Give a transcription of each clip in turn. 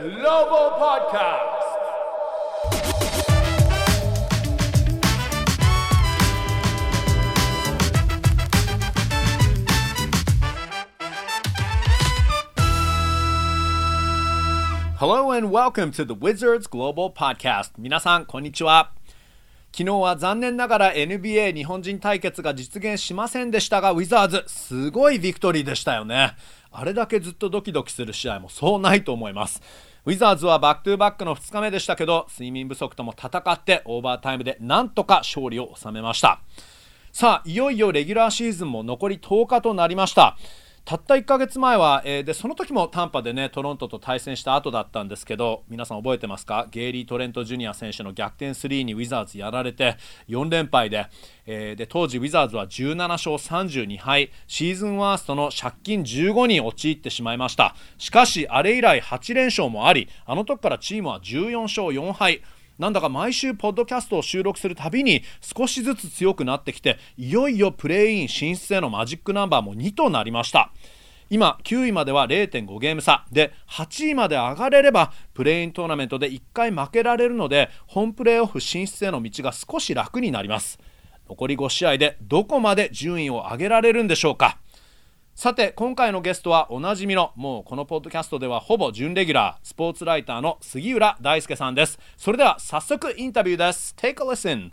Global Podcast. Hello and welcome to the Wizards Global Podcast. 皆さんこんにちは。昨日は残念ながら NBA 日本人対決が実現しませんでしたが、ウィザーズすごいビクトリーでしたよね。あれだけずっとドキドキする試合もそうないと思います。ウィザーズはバックトゥバックの2日目でしたけど、睡眠不足とも戦ってオーバータイムでなんとか勝利を収めました。さあ、いよいよレギュラーシーズンも残り10日となりました。たった1ヶ月前は、でその時もタンパでねトロントと対戦した後だったんですけど、皆さん覚えてますか？ゲイリー・トレント・ジュニア選手の逆転スリーにウィザーズやられて4連敗で、当時ウィザーズは17勝32敗、シーズンワーストの借金15に陥ってしまいました。しかしあれ以来8連勝もあり、あの時からチームは14勝4敗。なんだか毎週ポッドキャストを収録するたびに少しずつ強くなってきて、いよいよプレーイン進出へのマジックナンバーも2となりました。今9位までは 0.5 ゲーム差で、8位まで上がれればプレーイントーナメントで1回負けられるので、本プレーオフ進出への道が少し楽になります。残り5試合でどこまで順位を上げられるんでしょうか。さて今回のゲストはおなじみの、もうこのポッドキャストではほぼ準レギュラー、スポーツライターの杉浦大輔さんです。それでは早速インタビューです。 Take a listen。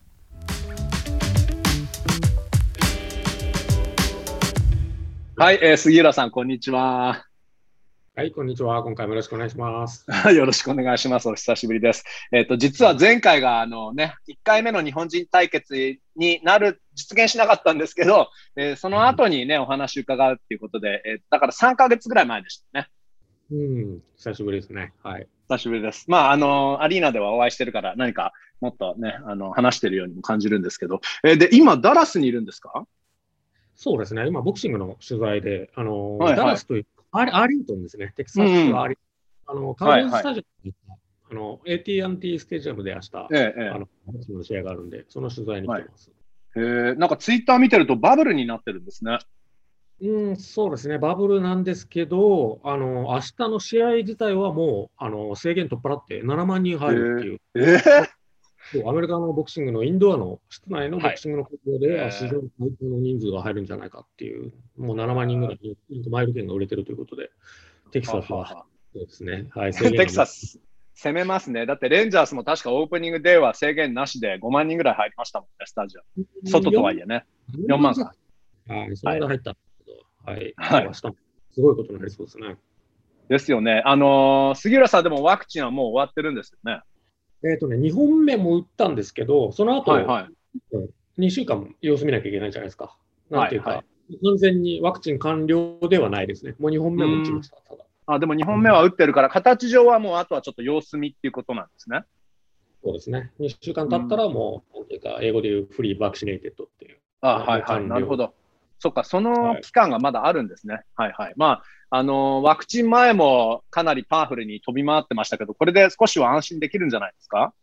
はい、杉浦さんこんにちは。 はい、こんにちは。今回もよろしくお願いします。 よろしくお願いします。お久しぶりです。実は前回が1回目の日本人対決に実現しなかったんですけど、その後にね、お話伺うっていうことで、だから3ヶ月ぐらい前でしたね。 久しぶりですね。はい。 久しぶりです。アリーナではお会いしてるから何かもっとね、話してるようにも感じるんですけど、で、今ダラスにいるんですか？ そうですね。今ボクシングの取材で、 はいはい、 ダラスというアーリントンですね。テキサスのアーリントン。カウボーイズスタジアム、AT&T ステジアムで明日、ボクシングの試合があるんで、その取材に来てます。 なんかツイッター見てるとバブルになってるんですね。 そうですね。バブルなんですけど、明日の試合自体はもう制限取っ払って7万人入るっていう。アメリカのボクシングのインドアの室内のボクシングの会場で、史上最高の人数が入るんじゃないかっていう、もう7万人ぐらいマイル券が売れてるということで、テキサスはそうですね。はい、 テキサス攻めますね。だってレンジャースも確かオープニングデーは制限なしで5万人ぐらい入りましたもんね、スタジアム。外とはいえね。4万か。 はい、それが入ったんですけど、はい。明日もすごいことになりそうですね。 ですよね。杉浦さんでもワクチンはもう終わってるんですよね。 2本目も打ったんですけど、その後、2週間も様子見なきゃいけないじゃないですか。なんていうか、完全にワクチン完了ではないですね。もう2本目も打ちました。ただでも2本目は打ってるから、形上はもうあとはちょっと様子見っていうことなんですね。 そうですね。2週間経ったらもう、なんていうか、英語で言うフリーバクシネイテッドっていう。 なるほど。そっか、その期間がまだあるんですね。ワクチン前もかなりパワフルに飛び回ってましたけど、これで少しは安心できるんじゃないですか？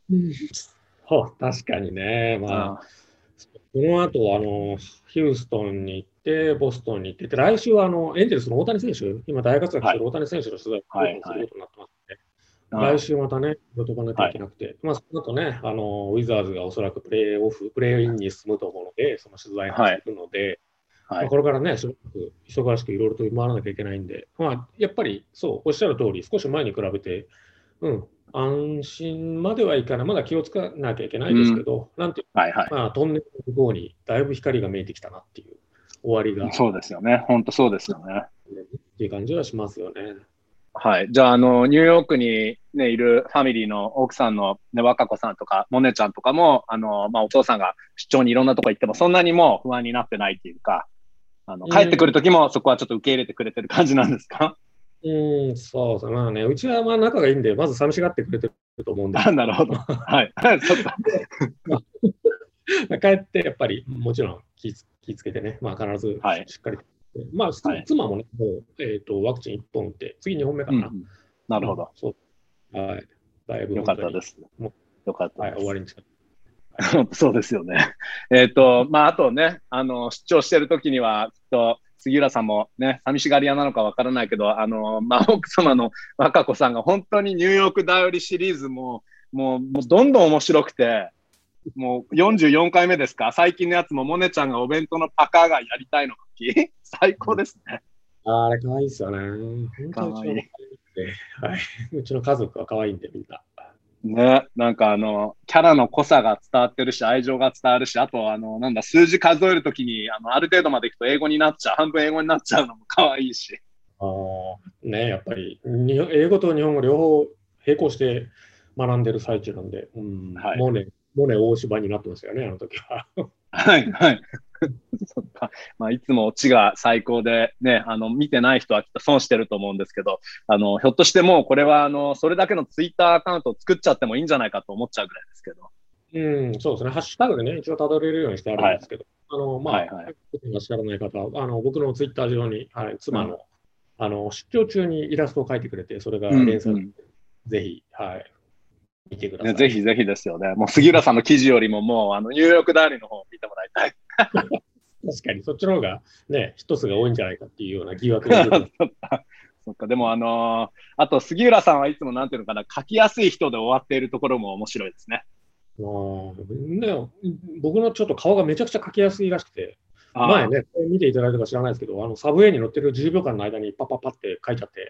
確かにね。この後、ヒューストンに行って、ボストンに行って、来週はエンゼルスの大谷選手、今大活躍している大谷選手の取材をすることになってますので、来週またね、飛ばなきゃいけなくて、その後ね、ウィザーズがおそらくプレーインに進むと思うので、その取材にしていくので、これからね、忙しくいろいろと回らなきゃいけないんで、やっぱりそう、おっしゃる通り、少し前に比べて、安心まではいかない、まだ気をつかなきゃいけないですけど、なんていうか、トンネルの向こうにだいぶ光が見えてきたなっていう終わりが。 そうですよね、本当そうですよね。 っていう感じはしますよね。 はい、じゃあ、ニューヨークに、ね、いるファミリーの奥さんの、ね、若子さんとか、モネちゃんとかも、お父さんが出張にいろんなとこ行っても、そんなにもう不安になってないっていうか、帰ってくるときもそこはちょっと受け入れてくれてる感じなんですか？ そうですね。うちは仲がいいんで、まず寂しがってくれてると思うんで。 なるほど。はい。 帰ってやっぱりもちろん気をつけてね、必ずしっかり。妻もね、もう、ワクチン1本打って、次2本目かな。 なるほど。 だいぶよかったです。よかったです。 終わりに近い。 そうですよね。あとね、出張してるときには、きっと杉浦さんもね、寂しがり屋なのかわからないけど、奥様の和歌子さんが本当にニューヨークだよりシリーズもうどんどん面白くて、もう44回目ですか、最近のやつもモネちゃんがお弁当のパカーがやりたいのが最高ですね。 あれ、可愛いですよね。 かわいい。 はい。うちの家族は可愛いんで、みんな。 ね、なんかキャラの濃さが伝わってるし、愛情が伝わるし、あと数字数えるときに、ある程度までいくと英語になっちゃう、半分英語になっちゃうのも可愛いし。 ね、やっぱり、英語と日本語両方並行して学んでる最中なんで、 はい、 モネ大芝になってましたよね、あの時は。 はい、はい。そっか。いつもオチが最高で、ね、見てない人はきっと損してると思うんですけど、ひょっとしてもうこれは、それだけのツイッターアカウントを作っちゃってもいいんじゃないかと思っちゃうぐらいですけど。 そうですね。ハッシュタグでね、一応たどれるようにしてあるんですけど、知らない方は、僕のツイッター上に、妻の、出張中にイラストを描いてくれて、それが連載、ぜひ、見てください。 ぜひぜひですよね。もう杉浦さんの記事よりも、もうニューヨークダーリーの方を見てもらいたい。 確かに、そっちの方がね、一つが多いんじゃないかっていうような疑惑が出てそっか、でもあと杉浦さんはいつもなんていうのかな、書きやすい人で終わっているところも面白いですね。 僕のちょっと顔がめちゃくちゃ描きやすいらしくて、前ね、見ていただいたか知らないですけど、サブウェイに乗ってる10秒間の間にパッパッパって書いちゃって、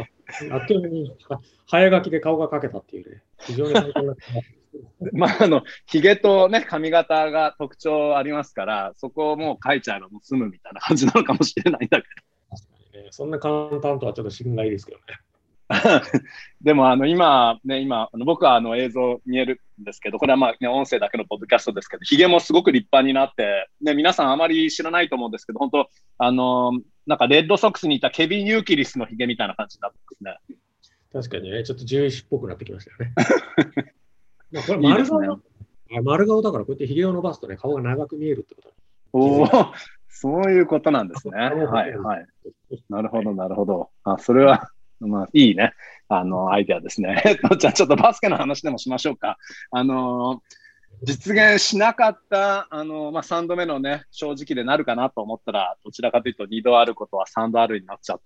あっという間に早書きで顔が描けたっていうね、非常に簡単なひげとね、髪型が特徴ありますから、そこをもう書いちゃうのも済むみたいな感じなのかもしれないんだけど。 確かにね、そんな簡単とはちょっと心外ですけどね。 でも今、僕は映像見えるんですけど、これは音声だけのポッドキャストですけど、ひげもすごく立派になって、ね、皆さんあまり知らないと思うんですけど、本当、なんかレッドソックスにいたケビン・ユーキリスのひげみたいな感じになってますね。 確かにね、ちょっと獣医師っぽくなってきましたよね。これ丸顔だ、丸顔だから、こうやってひげを伸ばすとね、顔が長く見えるってこと。 そういうことなんですね。はいはい。なるほど、なるほど。それは、いいね。アイデアですね。じゃあちょっとバスケの話でもしましょうか。実現しなかった、3度目のね、正直でなるかなと思ったら、どちらかというと2度あることは3度あるになっちゃって、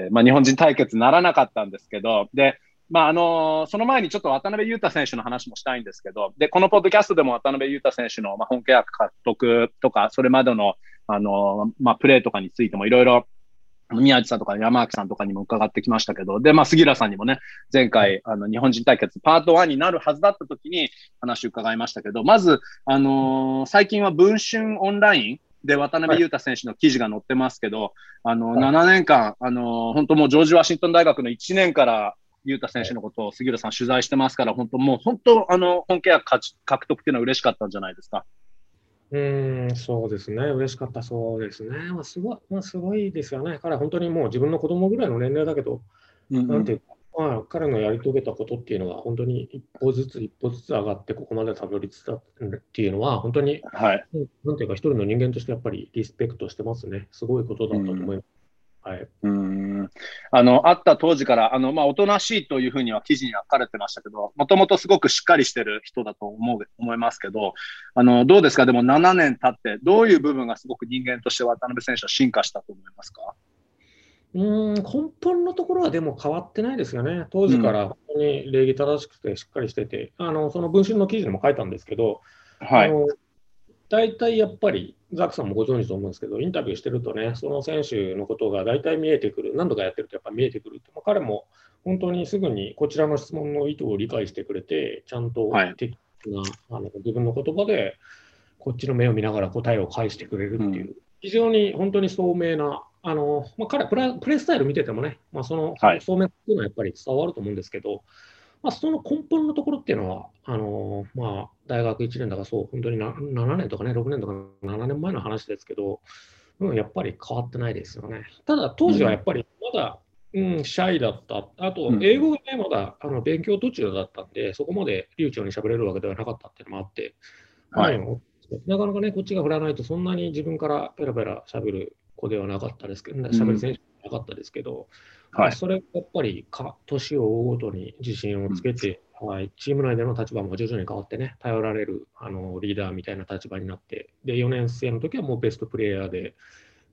日本人対決ならなかったんですけど、で、その前にちょっと渡辺裕太選手の話もしたいんですけど、で、このポッドキャストでも渡辺裕太選手の、本契約獲得とか、それまでの、プレーとかについてもいろいろ、宮地さんとか山脇さんとかにも伺ってきましたけど、で、杉浦さんにもね、前回、日本人対決パート1になるはずだった時に話を伺いましたけど、まず、最近は文春オンラインで渡辺裕太選手の記事が載ってますけど、7年間、本当もうジョージ・ワシントン大学の1年から裕太選手のことを杉浦さん取材してますから、本当、本契約獲得っていうのは嬉しかったんじゃないですか。 そうですね、嬉しかった、そうですね。すごいですよね。彼は本当にもう自分の子供ぐらいの年齢だけど、なんていうか、彼のやり遂げたことっていうのは、本当に一歩ずつ上がって、ここまでたどり着いたっていうのは、本当に、なんていうか、一人の人間としてやっぱりリスペクトしてますね。すごいことだったと思います。はい、 会った当時から、おとなしいというふうには記事には書かれてましたけど、もともとすごくしっかりしてる人だと思いますけど、どうですか、でも7年経って、どういう部分がすごく人間として渡辺選手は進化したと思いますか？ 根本のところはでも変わってないですよね。当時から本当に礼儀正しくてしっかりしてて、その文春の記事でも書いたんですけど、大体やっぱり、ザックさんもご存知と思うんですけど、インタビューしてるとね、その選手のことが大体見えてくる、何度かやってるとやっぱ見えてくるって、彼も本当にすぐにこちらの質問の意図を理解してくれて、ちゃんと的な、自分の言葉でこっちの目を見ながら答えを返してくれるっていう、非常に本当に聡明な、彼プレースタイル見ててもね、その聡明っていうのはやっぱり伝わると思うんですけど、その根本のところっていうのは、大学1年だからそう、本当に7年とかね、6年とか7年前の話ですけど、やっぱり変わってないですよね。ただ、当時はやっぱりまだ、シャイだった。あと、英語がね、まだ勉強途中だったんで、そこまで流暢に喋れるわけではなかったっていうのもあって、なかなかね、こっちが振らないと、そんなに自分からペラペラ喋る子ではなかったですけど、喋る選手ではなかったですけど、それがやっぱり年を追うごとに自信をつけて、チーム内での立場も徐々に変わってね、頼られるリーダーみたいな立場になって、で4年生の時はもうベストプレイヤーで、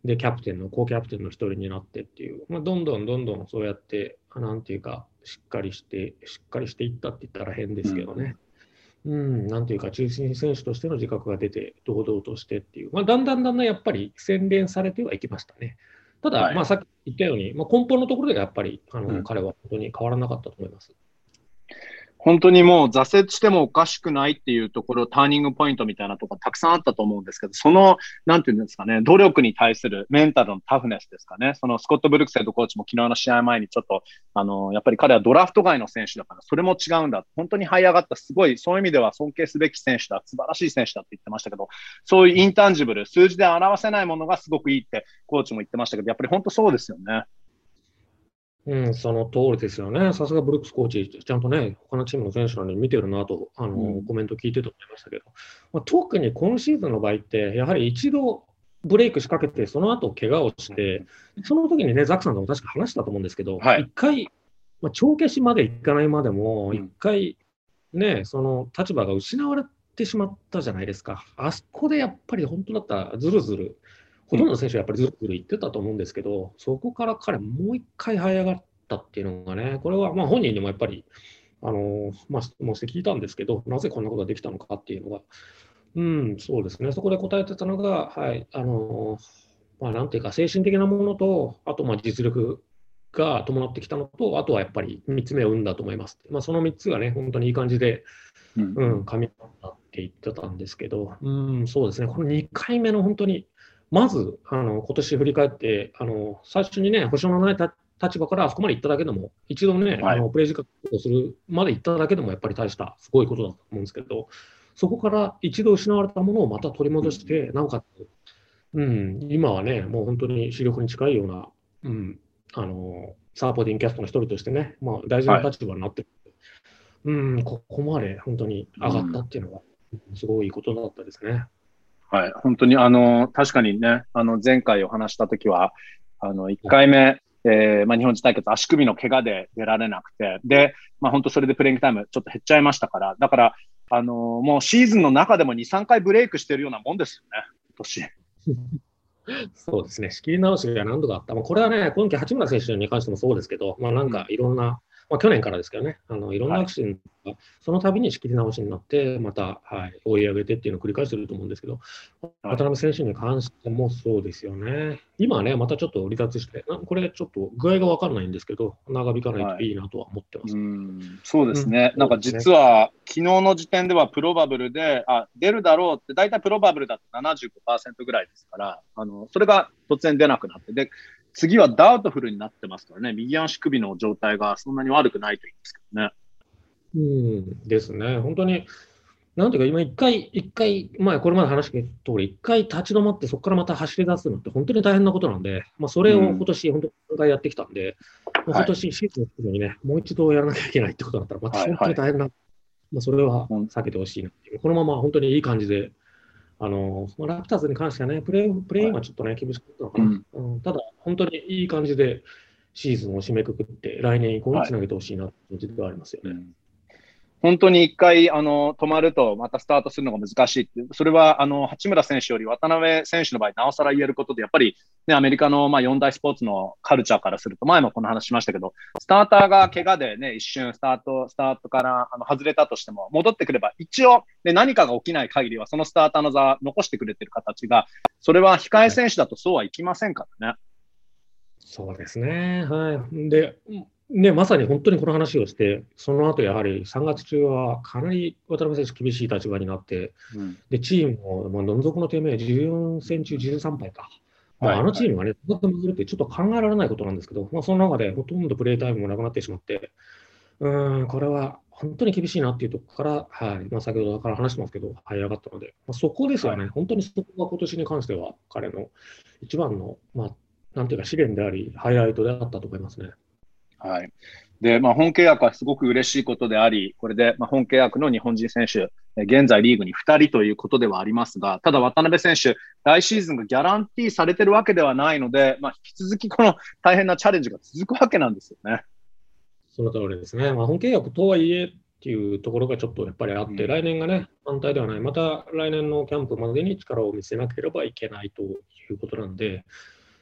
で、コーキャプテンの一人になってっていう、どんどんそうやって、なんていうか、しっかりしていったって言ったら変ですけどね。なんていうか、中心選手としての自覚が出て、堂々としてっていう、だんだんやっぱり洗練されてはいきましたね。ただ、さっき言ったように、根本のところではやっぱり彼は本当に変わらなかったと思います。 本当にもう挫折してもおかしくないっていうところ、ターニングポイントみたいなところたくさんあったと思うんですけど、その、なんていうんですかね、努力に対するメンタルのタフネスですかね。そのスコット・ブルックスヘッドコーチも昨日の試合前にちょっと、やっぱり彼はドラフト外の選手だから、それも違うんだ。本当に這い上がった、すごい、そういう意味では尊敬すべき選手だ、素晴らしい選手だって言ってましたけど、そういうインタンジブル、数字で表せないものがすごくいいってコーチも言ってましたけど、やっぱり本当そうですよね。 その通りですよね。さすがブルックスコーチ、ちゃんとね、他のチームの選手なのに見てるなと、コメント聞いてて思いましたけど、特に今シーズンの場合って、やはり一度ブレイク仕掛けて、その後怪我をして、その時にね、ザックさんとも確か話したと思うんですけど、一回、帳消しまでいかないまでも、一回、ね、その立場が失われてしまったじゃないですか。あそこでやっぱり本当だったらずるずる、ほとんどの選手はやっぱりずるずる言ってたと思うんですけど、そこから彼もう一回這い上がったっていうのがね、これは本人にもやっぱり、質問して聞いたんですけど、なぜこんなことができたのかっていうのが、そうですね、そこで答えてたのが、なんていうか、精神的なものと、あと実力が伴ってきたのと、あとはやっぱり3つ目を生んだと思います。その3つがね、本当にいい感じで、噛み合ったって言ってたんですけど、そうですね、この2回目の本当に、まず、今年振り返って、最初にね、保証のない立場からあそこまで行っただけでも、一度ね、プレー時間をするまで行っただけでも、やっぱり大したすごいことだと思うんですけど、そこから一度失われたものをまた取り戻して、なおかつ、今はね、もう本当に主力に近いような、サーポーティングキャストの一人としてね、大事な立場になってる、ここまで本当に上がったっていうのは、すごいことだったですね。 はい、本当に確かにね、前回お話したときは、1回目、日本人対決、足首の怪我で出られなくて、で、本当それでプレイングタイムちょっと減っちゃいましたから、だから、もうシーズンの中でも2、3回ブレイクしてるようなもんですよね、今年。 そうですね、仕切り直しが何度かあった。これはね、今季八村選手に関してもそうですけど、なんかいろんな、去年からですけどね、いろんなアクシデントが、その度に仕切り直しになって、また、追い上げてっていうのを繰り返してると思うんですけど、渡辺選手に関してもそうですよね。今はね、またちょっと離脱して、これちょっと具合が分からないんですけど、長引かないといいなとは思ってます。 そうですね、なんか実は、昨日の時点ではプロバブルで、出るだろうって、大体プロバブルだと 75% ぐらいですから、それが突然出なくなって、で、次はダウトフルになってますからね、右足首の状態がそんなに悪くないといいんですけどね。 ですね、本当に、なんていうか、今一回、これまで話した通り、一回立ち止まって、そこからまた走り出すのって本当に大変なことなんで、それを今年、本当に3回やってきたんで、今年シーズンの時にね、もう一度やらなきゃいけないってことだったら、また本当に大変な、それは避けてほしいなっていう、このまま本当にいい感じで、ラプターズに関してはね、プレーはちょっとね、厳しかったのかな。ただ、本当にいい感じでシーズンを締めくくって、来年以降につなげてほしいなって感じではありますよね。 本当に一回止まるとまたスタートするのが難しいっていう、それは八村選手より渡辺選手の場合、なおさら言えることで、やっぱり、ね、アメリカの4大スポーツのカルチャーからすると、前もこの話しましたけど、スターターが怪我で、ね、一瞬スタートから外れたとしても、戻ってくれば、一応、ね、何かが起きない限りは、そのスターターの座残してくれてる形が、それは控え選手だとそうはいきませんからね。 そうですね。はい。で、まさに本当にこの話をして、その後やはり3月中はかなり渡辺選手厳しい立場になって、でチームもどん底の低迷、14戦中13敗か。あのチームがね、ずっと戻るってちょっと考えられないことなんですけど、その中でほとんどプレータイムもなくなってしまって、これは本当に厳しいなっていうところから、先ほどから話してますけど、這い上がったので、そこですよね、本当にそこが今年に関しては、彼の一番の、なんていうか、試練であり、ハイライトであったと思いますね。 はい。で、本契約はすごく嬉しいことであり、これで、本契約の日本人選手、現在リーグに2人ということではありますが、ただ渡辺選手、来シーズンがギャランティーされてるわけではないので、引き続きこの大変なチャレンジが続くわけなんですよね。 その通りですね。本契約とはいえっていうところがちょっとやっぱりあって、来年がね、反対ではない。また来年のキャンプまでに力を見せなければいけないということなんで、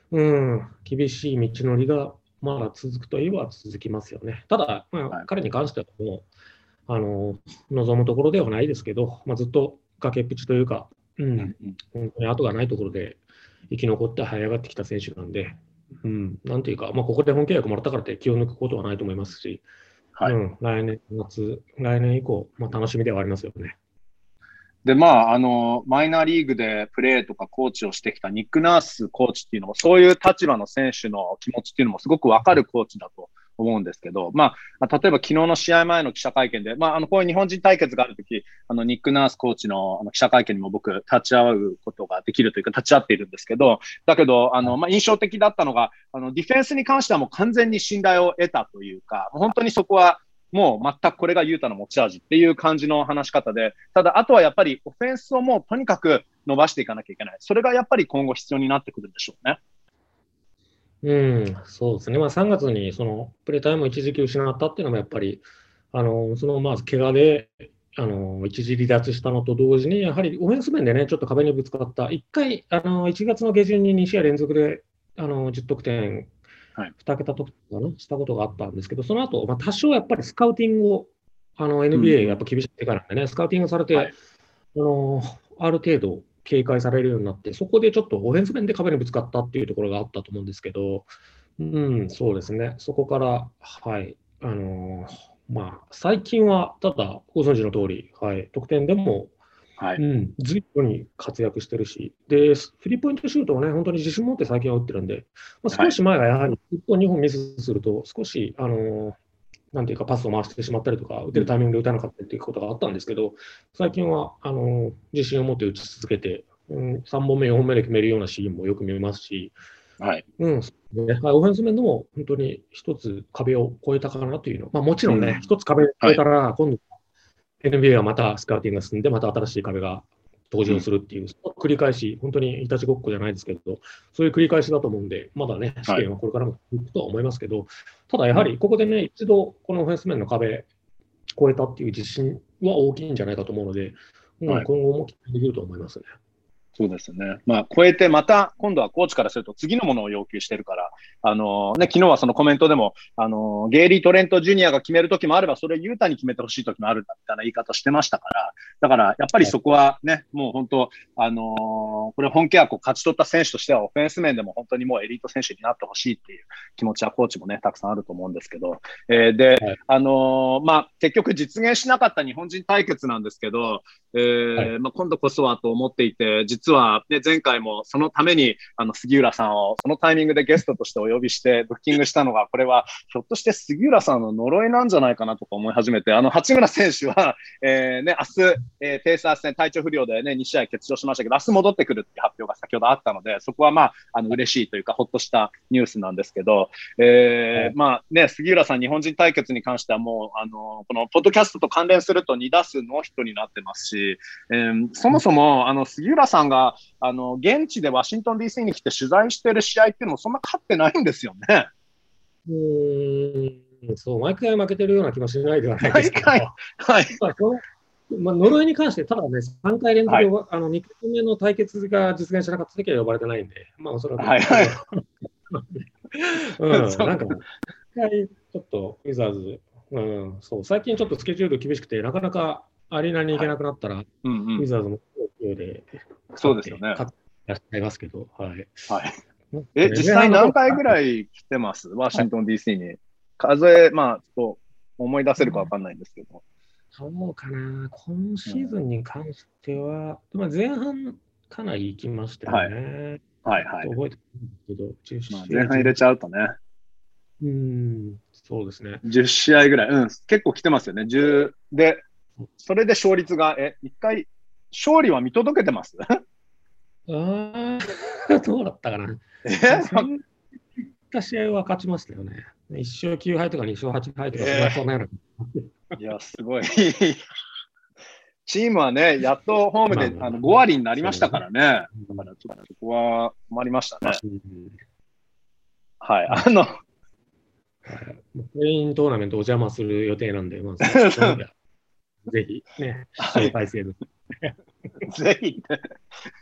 厳しい道のりがまだ続くといえば続きますよね。ただ、彼に関してはもう望むところではないですけど、ずっと崖っぷちというか、本当に後がないところで生き残って這い上がってきた選手なんで、なんていうか、ここで本契約もらったからって気を抜くことはないと思いますし、来年以降、楽しみではありますよね。 で、マイナーリーグでプレーとかコーチをしてきたニック・ナースコーチっていうのも、そういう立場の選手の気持ちっていうのもすごくわかるコーチだと思うんですけど、例えば昨日の試合前の記者会見で、こういう日本人対決があるとき、ニック・ナースコーチの記者会見にも僕、立ち会うことができるというか、立ち会っているんですけど、だけど、印象的だったのが、ディフェンスに関してはもう完全に信頼を得たというか、本当にそこは、もう全くこれがユータの持ち味っていう感じの話し方で、ただあとはやっぱりオフェンスをもうとにかく伸ばしていかなきゃいけない。それがやっぱり今後必要になってくるんでしょうね。 そうですね。3月にそのプレータイムを一時期失ったっていうのもやっぱり、まず怪我で、一時離脱したのと同時に、やはりオフェンス面でね、ちょっと壁にぶつかった。1回、1月の下旬に2試合連続で、10得点、2桁得点かなしたことがあったんですけど、その後、多少やっぱりスカウティングを、NBA やっぱ厳しい世界なんでね、スカウティングされて、ある程度警戒されるようになって、そこでちょっとオフェンス面で壁にぶつかったっていうところがあったと思うんですけど、そうですね、そこから、最近は、ただ、ご存知の通り、得点でも、随分に活躍してるし、で、スリーポイントシュートをね、本当に自信持って最近は打ってるんで、少し前はやはり、1本、2本ミスすると、少し、なんていうか、パスを回してしまったりとか、打てるタイミングで打たなかったりということがあったんですけど、最近は自信を持って打ち続けて、3本目、4本目で決めるようなシーンもよく見ますし、オフェンス面でも本当に一つ壁を越えたかなというの、もちろんね、一つ壁を越えたら、今度、NBA はまたスカウティングが進んで、また新しい壁が登場するっていう、繰り返し、本当にいたちごっこじゃないですけど、そういう繰り返しだと思うんで、まだね、試験はこれからもいくとは思いますけど、ただやはりここでね、一度このオフェンス面の壁越えたっていう自信は大きいんじゃないかと思うので、今後も期待できると思いますね。 そうですね。超えてまた、今度はコーチからすると次のものを要求してるから、昨日はそのコメントでも、ゲイリー・トレント・ジュニアが決めるときもあれば、それをユータに決めてほしいときもあるんだみたいな言い方してましたから、だからやっぱりそこはね、もう本当、これ本契約を勝ち取った選手としては、オフェンス面でも本当にもうエリート選手になってほしいっていう気持ちはコーチもね、たくさんあると思うんですけど、で、結局実現しなかった日本人対決なんですけど、今度こそはと思っていて、実は、ね、前回もそのために杉浦さんをそのタイミングでゲストとしてお呼びしてブッキングしたのが、これはひょっとして杉浦さんの呪いなんじゃないかなとか思い始めて、八村選手は、明日、ペーサーズ戦体調不良でね、2試合欠場しましたけど、明日戻ってくるっていう発表が先ほどあったので、そこは嬉しいというか、ほっとしたニュースなんですけど、杉浦さん、日本人対決に関してはもう、このポッドキャストと関連すると2打数ノーヒットになってますし、そもそも杉浦さんが現地でワシントン DC に来て取材している試合っていうのもそんな勝ってないんですよね。 そう、毎回負けてるような気もしないではないですけど、呪いに関して、ただね、3回連続で、2回目の対決が実現しなかったときは呼ばれてないんで、おそらく。なんか、ちょっとウィザーズ、そう、最近ちょっとスケジュール厳しくて、なかなかアリーナに行けなくなったら、ウィザーズもでそうですよね。 勝ってらっしゃいますけど、 実際何回ぐらい来てますワシントン DC に。数え、ちょっと思い出せるかわかんないんですけど。 そうかな、今シーズンに関しては、前半かなり行きましたよね。覚えてるんですけど、 前半入れちゃうとね。 そうですね。 10試合ぐらい、結構来てますよね。10で、それで勝率が、1回、勝利は見届けてますどうだったかな。行った試合は勝ちましたよね。1勝9敗とか2勝8敗とか、そんなような。 いや、すごい。チームはね、やっとホームで5割になりましたからね。だからちょっとそこは困りましたね。 プレイントーナメントお邪魔する予定なんで、ぜひね、視聴体制で。 ぜひ。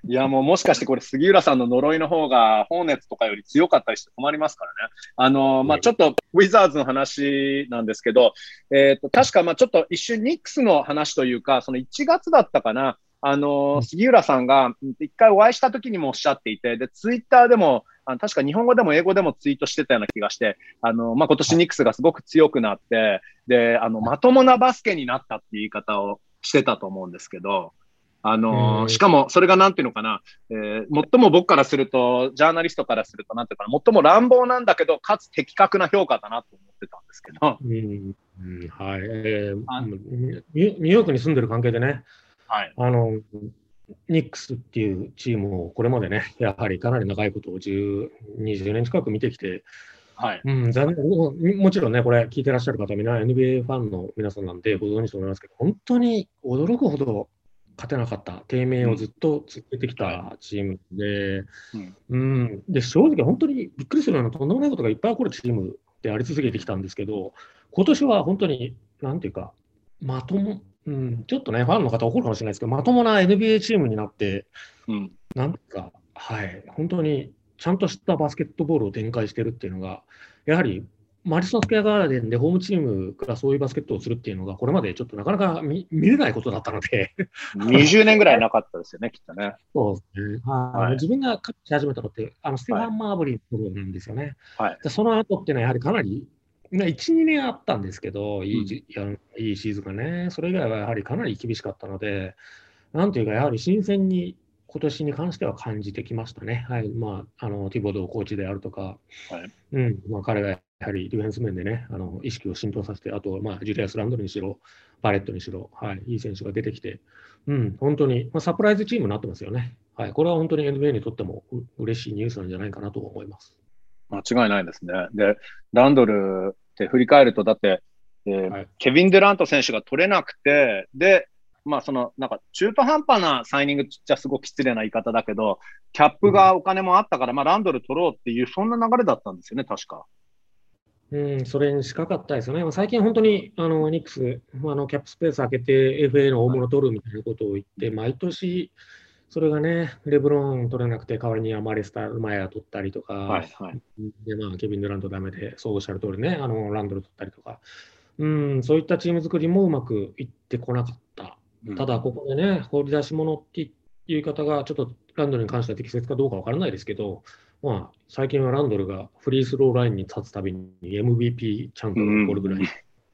いや、もしかしてこれ、杉浦さんの呪いの方が、ホーネッツとかより強かったりして困りますからね。ちょっと、ウィザーズの話なんですけど、確か、ちょっと一瞬、ニックスの話というか、その1月だったかな、杉浦さんが一回お会いした時にもおっしゃっていて、で、ツイッターでも、確か日本語でも英語でもツイートしてたような気がして、今年ニックスがすごく強くなって、で、まともなバスケになったっていう言い方をしてたと思うんですけど、しかもそれがなんていうのかな、最も僕からすると、ジャーナリストからすると、なんていうかな、最も乱暴なんだけど、かつ的確な評価だなと思ってたんですけど。 はい。ニューヨークに住んでる関係でね、 はい、 ニックスっていうチームをこれまでね、やはりかなり長いことを20年近く見てきて、 はい、 残念。もちろんね、これ聞いてらっしゃる方、みんな NBA ファンの皆さんなんでご存知と思いますけど、本当に驚くほど勝てなかった、低迷をずっと続けてきたチームで、で、正直本当にびっくりするようなとんでもないことがいっぱい起こるチームであり続けてきたんですけど、今年は本当に、なんていうか、ちょっとね、ファンの方怒るかもしれないですけど、まともな NBA チームになって、なんていうか、はい、本当にちゃんとしたバスケットボールを展開してるっていうのが、やはりマディソンスクエアガーデンでホームチームがそういうバスケットをするっていうのが、これまでちょっとなかなか見れないことだったので。 20年ぐらいなかったですよね、きっとね。 そうですね。自分が勝ち始めたのって、ステファン・マーブリーの頃なんですよね。でその後っていうのは、やはりかなり、1、2年あったんですけど、いいシーズンがね、それ以外はやはりかなり厳しかったので、なんていうか、やはり新鮮に今年に関しては感じてきましたね。はい。ティボドーコーチであるとか、彼がやはりディフェンス面でね、意識を浸透させて、あと、ジュリアス・ランドルにしろ、バレットにしろ、いい選手が出てきて、本当に、サプライズチームになってますよね。はい。これは本当に NBA にとっても嬉しいニュースなんじゃないかなと思います。 間違いないですね。で、ランドルって振り返ると、だって、ケビン・デュラント選手が取れなくて、で、なんか中途半端なサイニングじゃすごく失礼な言い方だけど、キャップがお金もあったから、ランドル取ろうっていう、そんな流れだったんですよね、確か。 それに近かったですよね。最近本当にニックス、キャップスペース開けて FA の大物取るみたいなことを言って、毎年、それがね、レブロン取れなくて、代わりにアマレスタマヤ取ったりとか、でケビン・デュラントダメで、そうおっしゃる通りね、ランドル取ったりとか、そういったチーム作りもうまくいってこなかった。ただ、ここでね、放り出し物っていう言い方が、ちょっとランドルに関しては適切かどうかわからないですけど、最近はランドルがフリースローラインに立つたびに MVP チャンスが起こるぐらい、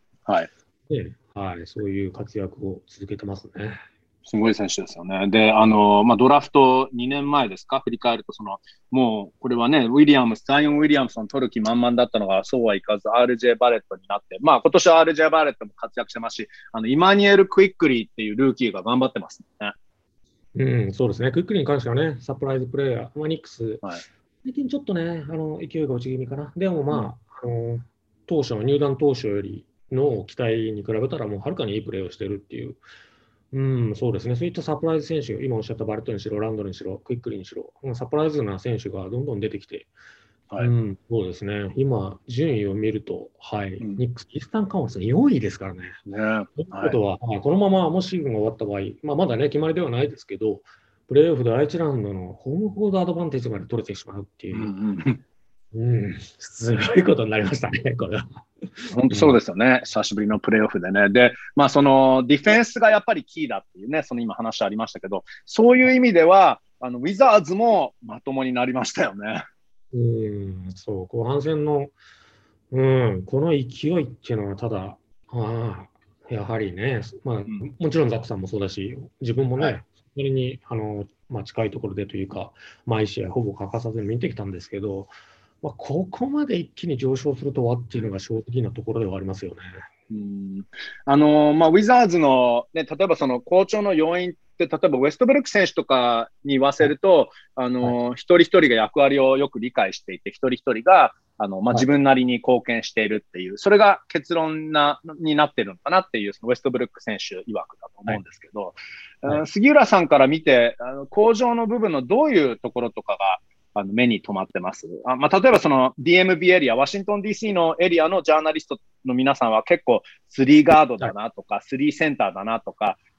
そういう活躍を続けてますね。 すごい選手ですよね。で、ドラフト2年前ですか、振り返ると、もう、これはね、ザイオン・ウィリアムソン取る気満々だったのが、そうはいかず、RJ バレットになって、今年は RJ バレットも活躍してますし、イマニュエル・クイックリーっていうルーキーが頑張ってますね。そうですね。クイックリーに関してはね、サプライズプレーヤー、ニックス、最近ちょっとね、勢いが落ち気味かな。でも入団当初よりの期待に比べたら、もうはるかにいいプレーをしてるっていう。そうですね。そういったサプライズ選手、今おっしゃったバレットにしろ、ランドルにしろ、クイックリーにしろ、サプライズな選手がどんどん出てきて、そうですね。今、順位を見ると、ニックス、イースタンカンファレンス4位ですからね。ということは、このままもしシーズンが終わった場合、まだね、決まりではないですけど、プレーオフ第1ラウンドのホームコートアドバンテージまで取れてしまうっていう、すごいことになりましたね、これは。 本当そうですよね。久しぶりのプレーオフでね。で、そのディフェンスがやっぱりキーだっていうね、その今話ありましたけど、そういう意味では、ウィザーズもまともになりましたよね。 そう、後半戦の、この勢いっていうのは、ただ、やはりね、もちろんザックさんもそうだし、自分もね、それに近いところでというか、毎試合ほぼ欠かさずに見てきたんですけど、ここまで一気に上昇するとはっていうのが正直なところではありますよね。 ウィザーズの、ね、例えばその好調の要因って、例えばウェストブルック選手とかに言わせると、一人一人が役割をよく理解していて、一人一人が自分なりに貢献しているっていう、それが結論になってるのかなっていう、そのウェストブルック選手曰くだと思うんですけど、杉浦さんから見て、向上の部分のどういうところとかが、目に留まってます。例えばその DMV エリア、ワシントン DC のエリアのジャーナリストの皆さんは結構3ガードだなとか、3センターだなとか、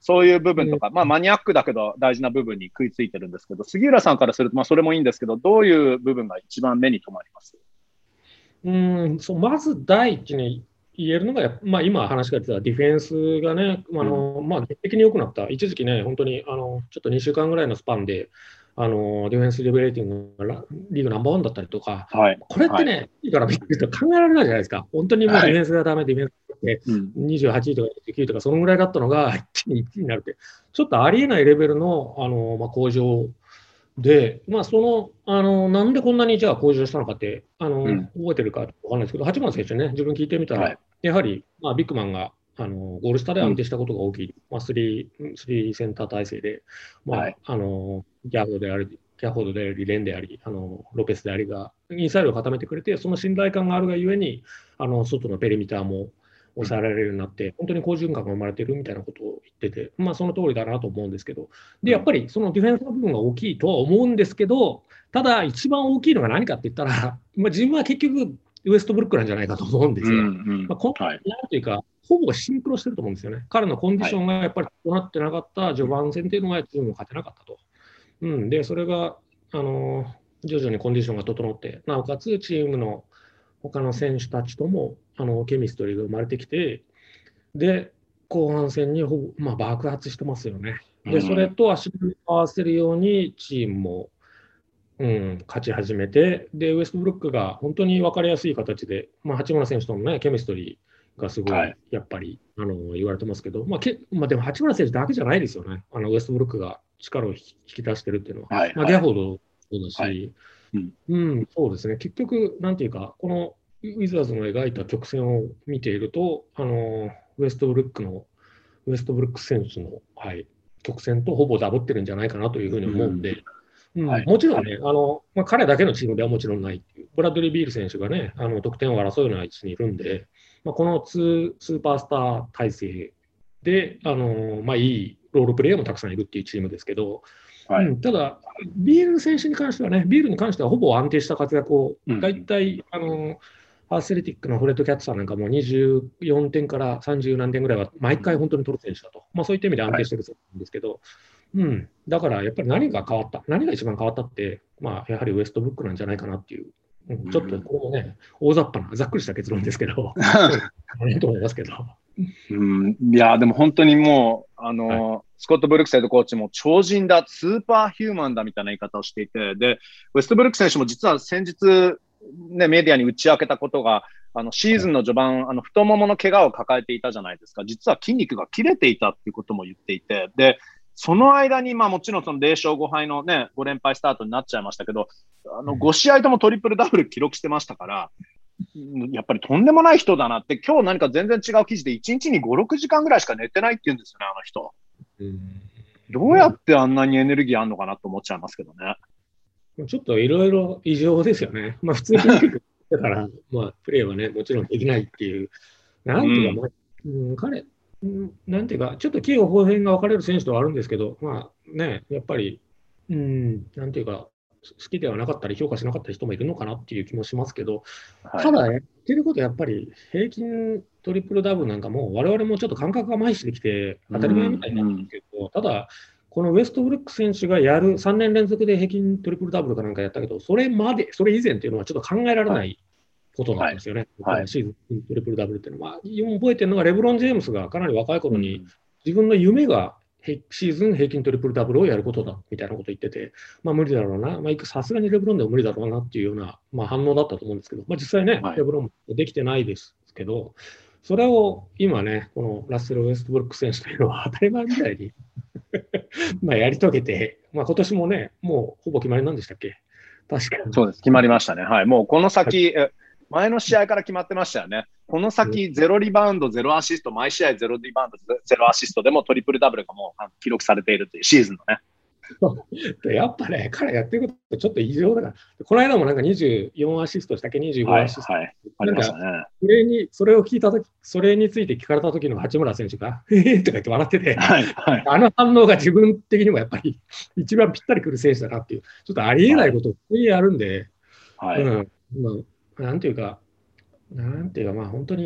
そういう部分とか、まあマニアックだけど大事な部分に食いついてるんですけど、杉浦さんからすると、まあそれもいいんですけど、どういう部分が一番目に留まります？ そうまず第一に言えるのが、まあ、今話が出たディフェンスがね、まあ、劇的に良くなった、一時期ね、本当にちょっと2週間ぐらいのスパンで、ディフェンスリベレーティングがリーグナンバーワンだったりとか、これってね、いいからびっくりした考えられないじゃないですか、本当にもうディフェンスがダメ、ディフェンスって28位とか29位とか、そのぐらいだったのが1位になるって、ちょっとありえないレベルの、まあ、向上で、まあ、なんでこんなにじゃあ向上したのかって、覚えてるかわかんないですけど、八村選手ね、自分聞いてみたら、やはり、まあ、ビッグマンがゴール下で安定したことが大きい、まあ、スリーセンター体制で、まあギャフォードであり、レンであり、ロペスでありが、インサイドを固めてくれて、その信頼感があるがゆえに、外のペリミターも抑えられるようになって、本当に好循環が生まれてるみたいなことを言ってて、まあ、その通りだなと思うんですけど、で、やっぱりそのディフェンスの部分が大きいとは思うんですけど、ただ、一番大きいのが何かって言ったら、まあ、自分は結局、ウエストブルックなんじゃないかと思うんですよ。なんというか、ほぼシンクロしてると思うんですよね。彼のコンディションがやっぱり整ってなかった序盤戦っていうのがチームを勝てなかったと。で、それが、徐々にコンディションが整って、なおかつチームの他の選手たちともケミストリーが生まれてきて、で、後半戦にまあ、爆発してますよね。で、それと足に合わせるようにチームも、勝ち始めて、で、ウエストブルックが本当に分かりやすい形で、まあ、八村選手との、ね、ケミストリーがすごい、やっぱり、言われてますけど、まあ、でも八村選手だけじゃないですよね。ウエストブルックが力を引き出してるっていうのは。まあ、ギャフォードもそうだし、そうですね。結局、なんていうか、このウィザーズの描いた曲線を見ていると、ウエストブルック選手の、曲線とほぼダブってるんじゃないかなというふうに思うんで、もちろんね、まあ、彼だけのチームではもちろんないっていう、ブラッドリー・ビール選手がね、得点を争うような位置にいるんで、まあ、このスーパースター体制で、まあ、いいロールプレイヤーもたくさんいるっていうチームですけど、ただ、ビール選手に関してはね、ビールに関してはほぼ安定した活躍を、大体、アスレティックのフレッド・キャッツさんなんかも24点から30何点ぐらいは毎回本当に取る選手だと、まあ、そういった意味で安定してるんですけど、だからやっぱり何が一番変わったって、まあ、やはりウエストブックなんじゃないかなっていう、ちょっとこれもね、大雑把な、ざっくりした結論ですけど、と思いますけど。 いや、でも本当にもう、スコット・ブルックスヘッドコーチも超人だ、スーパーヒューマンだみたいな言い方をしていて、で、ウエストブルック選手も実は先日、ね、メディアに打ち明けたことが、シーズンの序盤、太ももの怪我を抱えていたじゃないですか。実は筋肉が切れていたっていうことも言っていて、で、その間に、まあもちろんその0勝5敗のね、5連敗スタートになっちゃいましたけど、5試合ともトリプルダブル記録してましたから、やっぱりとんでもない人だなって、今日何か全然違う記事で1日に5、6時間ぐらいしか寝てないって言うんですよね、あの人。どうやってあんなにエネルギーあるのかなと思っちゃいますけどね。 ちょっといろいろ異常ですよね。まあ普通にだから、まあプレーはね、もちろんできないっていう、なんていうか、彼、なんていうか、ちょっと器用方変が分かれる選手とはあるんですけど、まあね、やっぱり、なんていうか、好きではなかったり、評価しなかった人もいるのかなっていう気もしますけど、ただ、やってることやっぱり、平均トリプルダブルなんかも、我々もちょっと感覚が麻痺してきて、当たり前みたいになるんですけど、ただ、このウエストブルック選手がやる3年連続で平均トリプルダブルかなんかやったけど、それ以前っていうのはちょっと考えられないことなんですよね。シーズントリプルダブルっていうのは。覚えてるのが、レブロン・ジェームスがかなり若い頃に、自分の夢がシーズン平均トリプルダブルをやることだみたいなことを言ってて、まあ無理だろうな、まあ、さすがにレブロンでも無理だろうなっていうような、まあ、反応だったと思うんですけど、まあ、実際ね、レブロンもできてないですけど、それを今ね、このラッセル・ウエストブルック選手というのは当たり前みたいにまあやり遂げて、まあ、今年もね、もうほぼ決まりなんでしたっけ？確かに。 そうです、決まりましたね。はい、もうこの先、前の試合から決まってましたよね。この先、0リバウンド、0アシスト、毎試合0リバウンド、0アシストでもトリプルダブルがもう記録されているというシーズンのね。 やっぱね、彼やってることちょっと異常だから、この間もなんか24アシストしたっけ、25アシスト。 ありましたね。 それを聞いたとき、それについて聞かれたときの八村選手が、へへとか言って笑ってて、あの反応が自分的にもやっぱり一番ぴったりくる選手だなっていう、ちょっとありえないことをやるんで、なんていうか、まあ本当に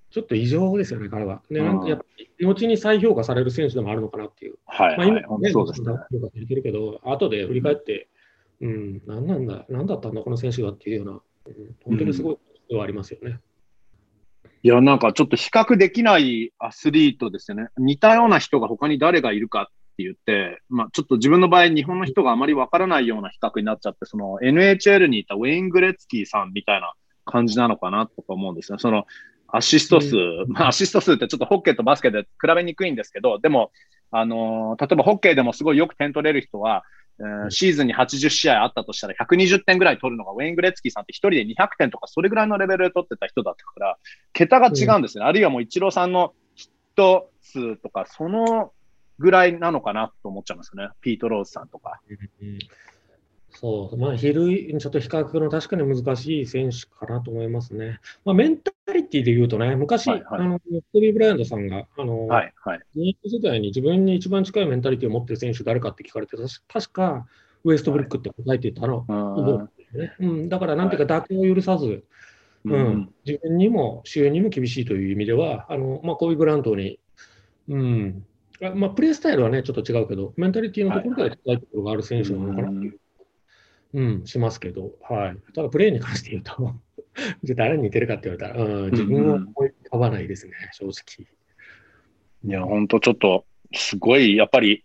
ちょっと異常ですよね、彼は。で、 うんやっぱり、後に再評価される選手でもあるのかなっていう。 はい、 今はい。本当ね、 そうですね。 評価されてるけど、後で振り返って、何だったんだ、この選手はっていうような、本当にすごいことはありますよね。 いや、なんかちょっと比較できないアスリートですよね。似たような人が他に誰がいるかって言って、まあちょっと自分の場合、日本の人があまりわからないような比較になっちゃって、その NHL にいたウェイン・グレッツキーさんみたいな感じなのかなとか思うんですね。そのアシスト数、まあアシスト数ってちょっとホッケーとバスケで比べにくいんですけど、でも、例えばホッケーでもすごいよく点取れる人は、シーズンに80試合あったとしたら120点ぐらい取るのがウェイン・グレッツキーさんって一人で200点とかそれぐらいのレベルで取ってた人だったから、桁が違うんですね。あるいはもうイチローさんのヒット数とか、そのぐらいなのかなと思っちゃいますね。ピート・ローズさんとか。 そう、まあ、ちょっと比較の確かに難しい選手かなと思いますね。まあ、メンタリティで言うとね、昔、 はいはいコビー・ブライアントさんが、 はいはい。 現役時代に自分に一番近いメンタリティを持っている選手誰かって聞かれて、確かウエストブルックって答えていたのを覚えてるね。だから、なんていうか、妥協を許さず、自分にも周囲にも厳しいという意味では、コビー・ブライアントに、プレースタイルはね、ちょっと違うけど、メンタリティのところでは高いところがある選手なのかなっていう。しますけど、はい。ただ、プレーに関して言うと、じゃあ誰に似てるかって言われたら、自分は思い浮かばないですね、正直。 いや、本当ちょっと、すごい、やっぱり、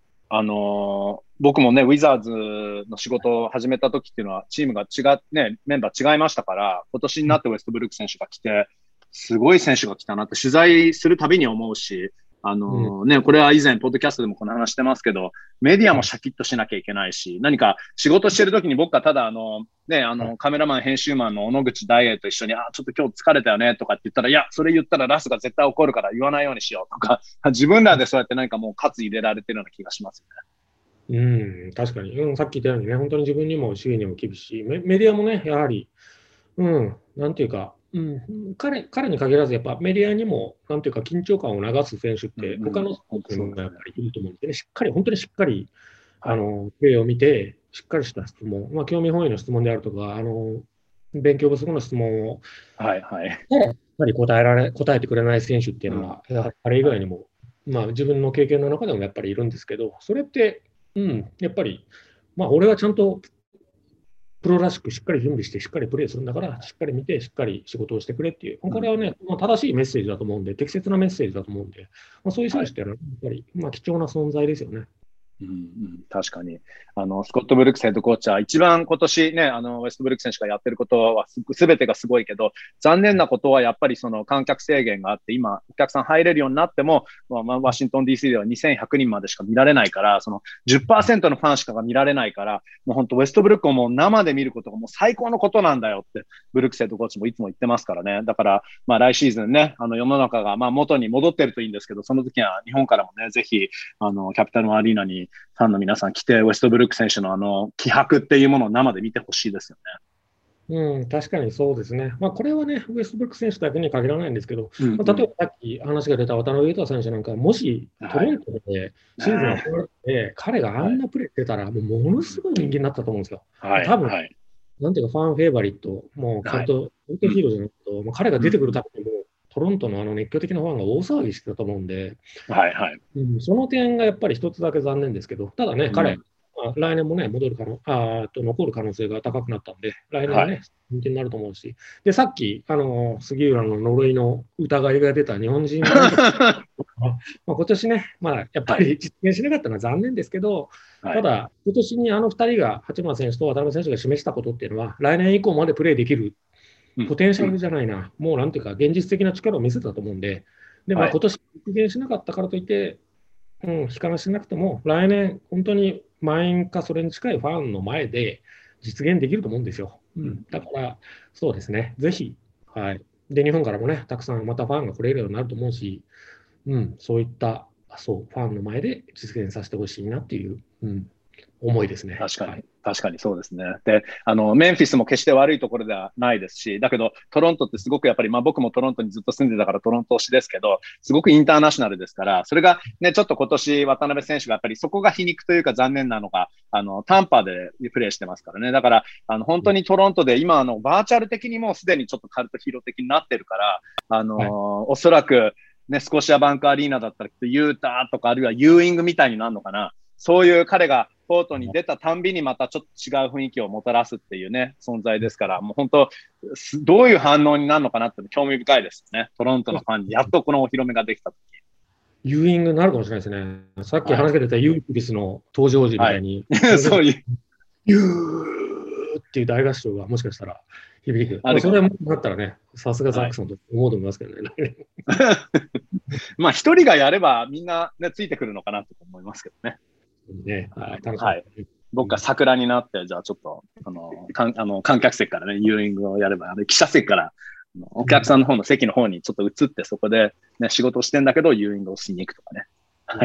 僕もね、ウィザーズの仕事を始めた時っていうのは、チームがメンバー違いましたから、今年になってウェストブルック選手が来て、すごい選手が来たなって取材するたびに思うし、これは以前、ポッドキャストでもこの話してますけど、メディアもシャキッとしなきゃいけないし、何か仕事してるときに僕がただカメラマン、編集マンの小野口大栄と一緒に、ちょっと今日疲れたよねとかって言ったら、いや、それ言ったらラスが絶対怒るから言わないようにしようとか、自分らでそうやって何かもう喝入れられてるような気がしますよね。確かに、さっき言ったようにね、本当に自分にも周囲にも厳しい。メディアもね、やはり、なんていうか、彼に限らず、やっぱメディアにも、なんていうか、緊張感を流す選手って、他のスポーツにもやっぱりいると思うんですよね。本当にしっかり、プレーを見て、しっかりした質問、興味本位の質問であるとか、勉強不足の質問を、やっぱり答えてくれない選手っていうのは、あれ以外にも、自分の経験の中でもやっぱりいるんですけど、それって、やっぱり、俺はちゃんと、プロらしくしっかり準備して、しっかりプレーするんだから、しっかり見て、しっかり仕事をしてくれっていう、これはね、正しいメッセージだと思うんで、適切なメッセージだと思うんで、そういう選手っていうのは、やっぱり、貴重な存在ですよね。 確かに。スコット・ブルックスヘッドコーチは一番今年ね、ウェストブルック選手がやってることは全てがすごいけど、残念なことはやっぱりその観客制限があって、今お客さん入れるようになっても、ワシントン DC では2100人までしか見られないから、その 10% のファンしかが見られないから、もう本当ウェストブルックをもう生で見ることがもう最高のことなんだよって、ブルックスヘッドコーチもいつも言ってますからね。だから、来シーズンね、世の中が元に戻ってるといいんですけど、その時は日本からもね、ぜひ、キャピタルアリーナにファンの皆さん来て、ウェストブルック選手の気迫っていうものを生で見てほしいですよね。確かにそうですね。これはね、ウェストブルック選手だけに限らないんですけど、例えばさっき話が出た渡辺裕太選手なんか、もしトロントでシーズンが終わって、彼があんなプレーしてたら、ものすごい人気になったと思うんですよ。多分、なんていうか、ファンフェイバリット、もう、ちゃんと、ヒーローじゃなくて、彼が出てくるたびにも、トロントの熱狂的なファンが大騒ぎしてたと思うんで、その点がやっぱり一つだけ残念ですけど、ただね、彼、来年もね、残る可能性が高くなったんで、来年はね、人気になると思うし、で、さっき、杉浦の呪いの疑いが出た日本人今年ね、やっぱり実現しなかったのは残念ですけど、ただ、今年に2人が、八村選手と渡辺選手が示したことっていうのは、来年以降までプレーできるポテンシャルじゃないな、もうなんていうか、現実的な力を見せたと思うんで、今年実現しなかったからといって、悲観しなくても、来年、本当に満員かそれに近いファンの前で実現できると思うんですよ。だから、そうですね、ぜひ、で、日本からもね、たくさんまたファンが来れるようになると思うし、そういった、ファンの前で実現させてほしいなっていう、思いですね。 確確かにそうですね。で、メンフィスも決して悪いところではないですし、だけど、トロントってすごくやっぱり、まあ僕もトロントにずっと住んでたからトロント推しですけど、すごくインターナショナルですから、それがね、ちょっと今年渡辺選手がやっぱりそこが皮肉というか残念なのが、タンパでプレーしてますからね。だから、本当にトロントで今、バーチャル的にもうすでにちょっとカルトヒーロー的になってるから、おそらく、ね、スコシアバンクアリーナだったら、ユータとか、あるいはユーイングみたいになるのかな。そういう彼がコートに出たたんびにまたちょっと違う雰囲気をもたらすっていうね、存在ですから、もう本当、どういう反応になるのかなって興味深いですよね。トロントのファンにやっとこのお披露目ができた時。 ユーイングになるかもしれないですね。さっき話が出たユーキビスの登場時みたいに、 そういう。 ユーっていう大合唱がもしかしたら響く。それもなったらね、さすがザックソンと思うと思いますけどね。 まあ、一人がやればみんな、ね、ついてくるのかなと思いますけどね。 ね、はい、楽しみ。 はい。僕が桜になって、じゃあちょっと、観客席からね、ユーイングをやれば、記者席から、お客さんの方の席の方にちょっと移って、そこで、ね、仕事をしてんだけど、ユーイングをしに行くとかね。はい。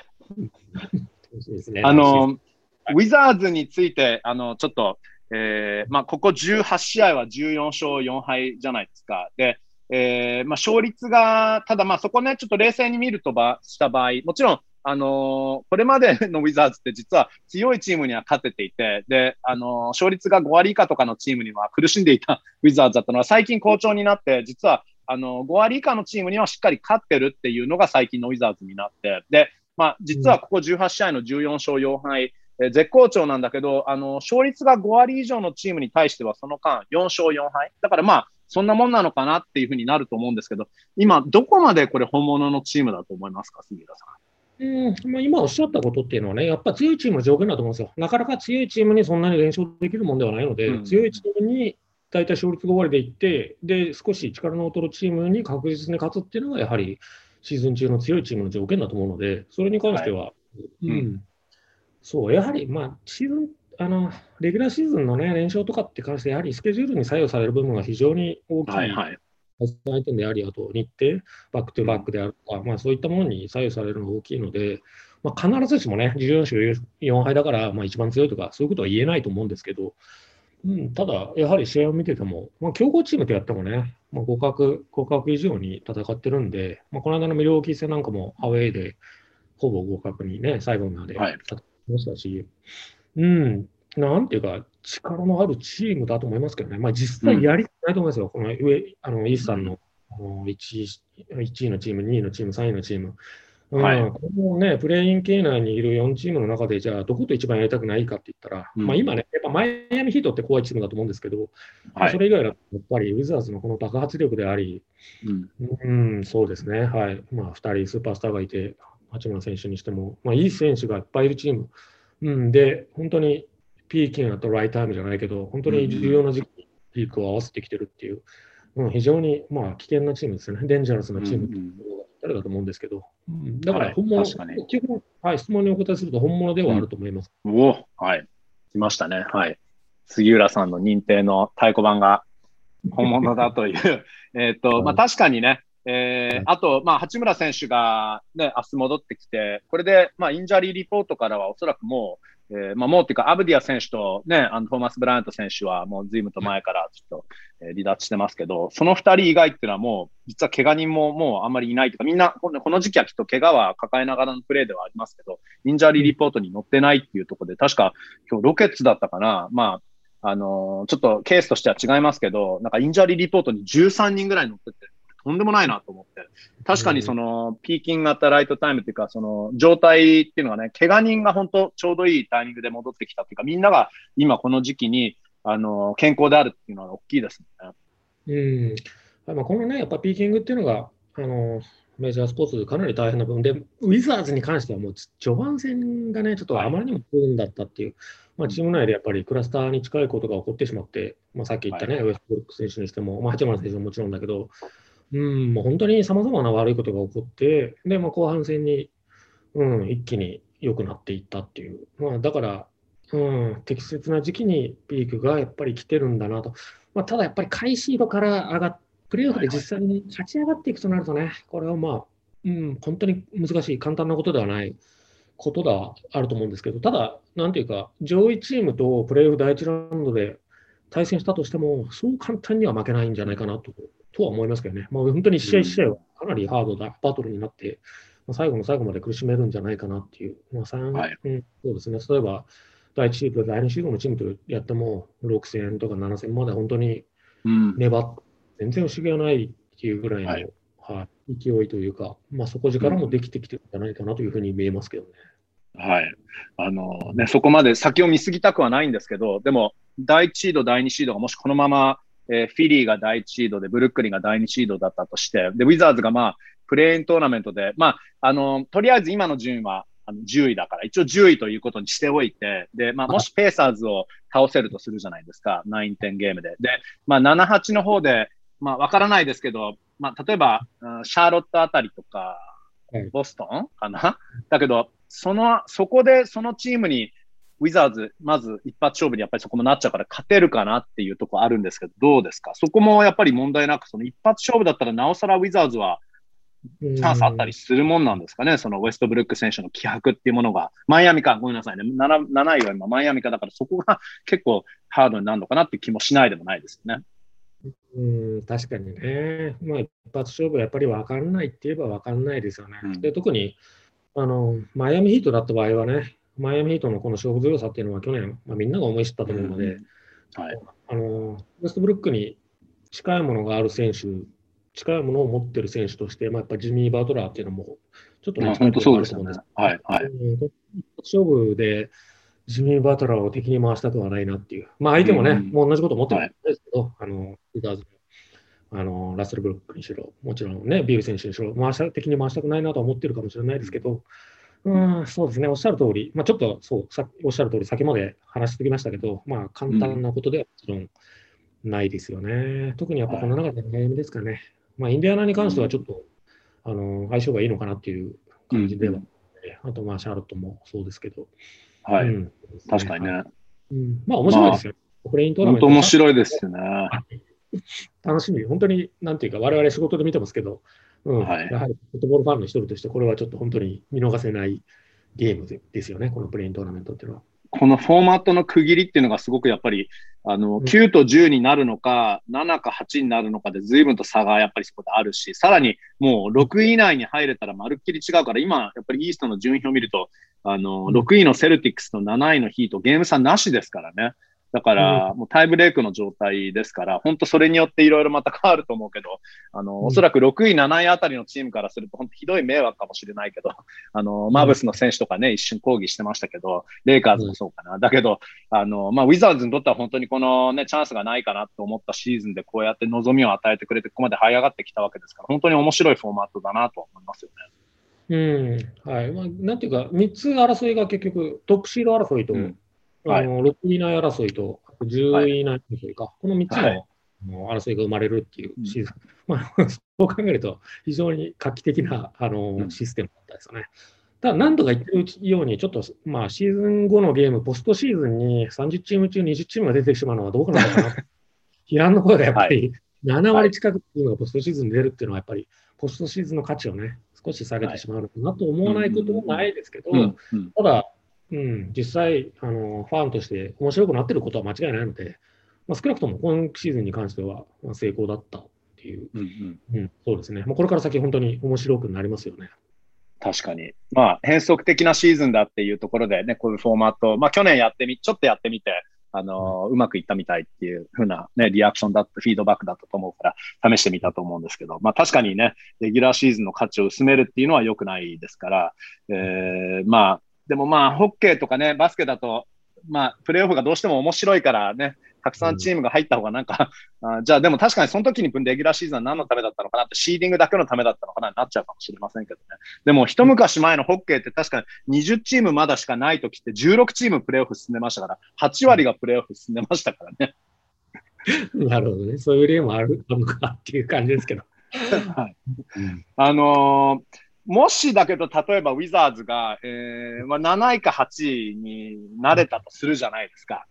ウィザーズについて、ちょっと、まあ、ここ18試合は14勝4敗じゃないですか。で、まあ、勝率が、ただまあそこね、ちょっと冷静に見るとした場合、もちろん、これまでのウィザーズって実は強いチームには勝てていて、で、勝率が5割以下とかのチームには苦しんでいたウィザーズだったのは最近好調になって、実は、5割以下のチームにはしっかり勝ってるっていうのが最近のウィザーズになって、で、まあ、実はここ18試合の14勝4敗、絶好調なんだけど、勝率が5割以上のチームに対してはその間4勝4敗。だからまあ、そんなもんなのかなっていうふうになると思うんですけど、今、どこまでこれ本物のチームだと思いますか、杉浦さん。 まあ、今おっしゃったことっていうのはね、やっぱ強いチームの条件だと思うんですよ。なかなか強いチームにそんなに連勝できるもんではないので、強いチームに大体勝率5割でいって、で、少し力の劣るチームに確実に勝つっていうのが、やはりシーズン中の強いチームの条件だと思うので、それに関しては、そう、やはり、まあ、レギュラーシーズンのね、連勝とかって関して、やはりスケジュールに左右される部分が非常に大きい。相手であり、あと日程、バックトゥバックであるとか、まあ、そういったものに左右されるのが大きいので、まあ、必ずしもね、14勝4敗だから、まあ、一番強いとか、そういうことは言えないと思うんですけど、ただ、やはり試合を見てても、まあ、強豪チームとやってもね、まあ、互角以上に戦ってるんで、まあ、この間のミルウォーキー戦なんかもアウェーで、ほぼ互角にね、最後まで戦ってましたし、なんていうか、力のあるチームだと思いますけどね、まあ、実際やりたいと思いますよ、このイースさんの1位のチーム、2位のチーム、3位のチーム。このね、プレイン系内にいる4チームの中で、じゃあ、どこと一番やりたくないかって言ったら、まあ今ね、やっぱマイアミヒートって怖いチームだと思うんですけど、それ以外だとやっぱりウィザーズのこの爆発力であり、そうですね、はい、まあ2人スーパースターがいて、八村選手にしても、まあ、いい選手がいっぱいいるチーム、で、本当にピーキングとライタイムじゃないけど、本当に重要な時期にピークを合わせてきてるっていう、非常にまあ危険なチームですよね、デンジャラスなチームだと思うんですけど、だから本物、基本、質問にお答えすると本物ではあると思います。 はい、来ましたね。はい。杉浦さんの認定の太鼓判が本物だという。まあ確かにね、あと、まあ、八村選手がね、明日戻ってきて、これで、まあ、インジャリーリポートからはおそらくもう、まあ、もうっていうか、アブディア選手とね、トーマス・ブライアント選手はもう随分と前からちょっと、離脱してますけど、その二人以外っていうのはもう、実は怪我人ももうあんまりいないというか、みんな、この時期はきっと怪我は抱えながらのプレーではありますけど、インジャリーリポートに載ってないっていうところで、確か今日ロケッツだったかな、まあ、ちょっとケースとしては違いますけど、なんかインジャリーリポートに13人ぐらい載ってて、とんでもないなと思って。確かにその、ピーキングアットライトタイムっていうか、その、状態っていうのがね、怪我人が本当ちょうどいいタイミングで戻ってきたっていうか、みんなが今この時期に、健康であるっていうのは大きいですね。まあ、このね、やっぱピーキングっていうのが、メジャースポーツかなり大変な部分で、ウィザーズに関してはもう序盤戦がね、ちょっとあまりにも不運だったっていう、まあ、チーム内でやっぱりクラスターに近いことが起こってしまって、まあ、さっき言ったね、ウェストブルック選手にしても、まあ、八村選手ももちろんだけど、もう本当にさまざまな悪いことが起こって、で、まあ、後半戦に、一気に良くなっていったっていう、まあ、だから、適切な時期にピークがやっぱり来てるんだなと。まあ、ただやっぱり下位シードからプレーオフで実際に勝ち上がっていくとなるとね、これはまあ、本当に難しい、簡単なことではないことがあると思うんですけど、ただ、なんていうか、上位チームとプレーオフ第1ラウンドで対戦したとしても、そう簡単には負けないんじゃないかなとは思いますけどね。本当に試合一試合はかなりハードなバトルになって、最後の最後まで苦しめるんじゃないかなっていう。そうですね。例えば、第1シード、第2シードのチームとやっても、6戦とか7戦まで本当に粘って、全然不思議はないっていうぐらいの、勢いというか、底力もできてきてるんじゃないかなというふうに見えますけどね。 はい。そこまで先を見過ぎたくはないんですけど、でも、第1シード、第2シードがもしこのまま、フィリーが第1シードで、ブルックリンが第2シードだったとして、で、ウィザーズがプレーイントーナメントで、とりあえず今の順位は10位だから、一応10位ということにしておいて、で、もしペーサーズを倒せるとするじゃないですか、9点ゲームで。で、7、8の方で、わからないですけど、例えば、シャーロットあたりとか、ボストンかなだけど、そこでそのチームに、ウィザーズ、まず一発勝負にやっぱりそこもなっちゃうから勝てるかなっていうところあるんですけど、どうですか？そこもやっぱり問題なく、その一発勝負だったらなおさらウィザーズはチャンスあったりするもんなんですかね、そのウェストブルック選手の気迫っていうものが。マイアミか、ごめんなさいね。7位は今マイアミかだからそこが結構ハードになるのかなっていう気もしないでもないですよね。 確かにね。一発勝負やっぱり分かんないって言えば分かんないですよね。で、特にマイアミヒートだった場合はね、マイアミヒートのこの勝負強さっていうのは去年、みんなが思い知ったと思うので、ウェストブルックに近いものがある選手、近いものを持ってる選手として、やっぱりジミー・バトラーっていうのもちょっと本当そうですよね。 勝負でジミー・バトラーを敵に回したくはないなっていう。相手もね、もう同じこと思ってるんですけど、ウィザーズラッセル・ブルックにしろ、もちろんね、ビール選手にしろ、敵に回したくないなとは思ってるかもしれないですけど、そうですね、おっしゃる通り、ちょっとおっしゃる通り、先まで話してきましたけど、簡単なことではもちろんないですよね。特にやっぱこの中で悩みですかね。インディアナに関してはちょっと、相性がいいのかなっていう感じでは、あとシャーロットもそうですけど。 確かにね。 面白いですよ。プレイントーナメント。 本当面白いですよね。 楽しみ。本当に、なんていうか、我々仕事で見てますけど、やはりフットボールファンの一人として、これはちょっと本当に見逃せないゲームですよね、このプレイントーナメントっていうのは。 このフォーマットの区切りっていうのがすごくやっぱり、9と10になるのか、7か8になるのかで随分と差がやっぱりそこであるし、さらにもう6位以内に入れたらまるっきり違うから、今、やっぱりイーストの順位表を見ると、6位のセルティックスと7位のヒート、ゲーム差なしですからね。だから、もうタイブレークの状態ですから、本当それによっていろいろまた変わると思うけど、おそらく6位、7位あたりのチームからすると、本当ひどい迷惑かもしれないけど、マーブスの選手とかね、一瞬抗議してましたけど、レイカーズもそうかな。だけど、ウィザーズにとっては本当にこのね、チャンスがないかなと思ったシーズンでこうやって望みを与えてくれて、ここまで這い上がってきたわけですから、本当に面白いフォーマットだなと思いますよね。なんていうか、3つ争いが結局、トップシード争いと、6位以内争いと10位以内争いか、この3つの争いが生まれるっていうシーズン、そう考えると非常に画期的なシステムだったですよね。ただ何度か言ってるように、ちょっとシーズン後のゲーム、ポストシーズンに30チーム中20チームが出てしまうのはどうかなのかな。批判の声がやっぱり7割近くチームがポストシーズンに出るっていうのは、やっぱりポストシーズンの価値をね、少し下げてしまうのかなと思わないこともないですけど、ただ、実際ファンとして面白くなっていることは間違いないので、少なくとも今シーズンに関しては成功だったっていう、そうですね、これから先本当に面白くなりますよね。 確かに。変則的なシーズンだっていうところでね、こういうフォーマット、去年ちょっとやってみて、うまくいったみたいっていう風なね、リアクションだった、フィードバックだったと思うから、試してみたと思うんですけど、確かにね、レギュラーシーズンの価値を薄めるっていうのは良くないですから、でもホッケーとかね、バスケだと、プレーオフがどうしても面白いからね、たくさんチームが入った方がなんか、じゃあでも確かにその時にレギュラーシーズンは何のためだったのかなって、シーディングだけのためだったのかなってなっちゃうかもしれませんけどね。でも一昔前のホッケーって確かに20チームまだしかない時って16チームプレーオフ進んでましたから、8割がプレーオフ進んでましたからね。 なるほどね。そういう例もあるのかっていう感じですけど。 もしだけど、例えばウィザーズが、7位か8位になれたとするじゃないですか。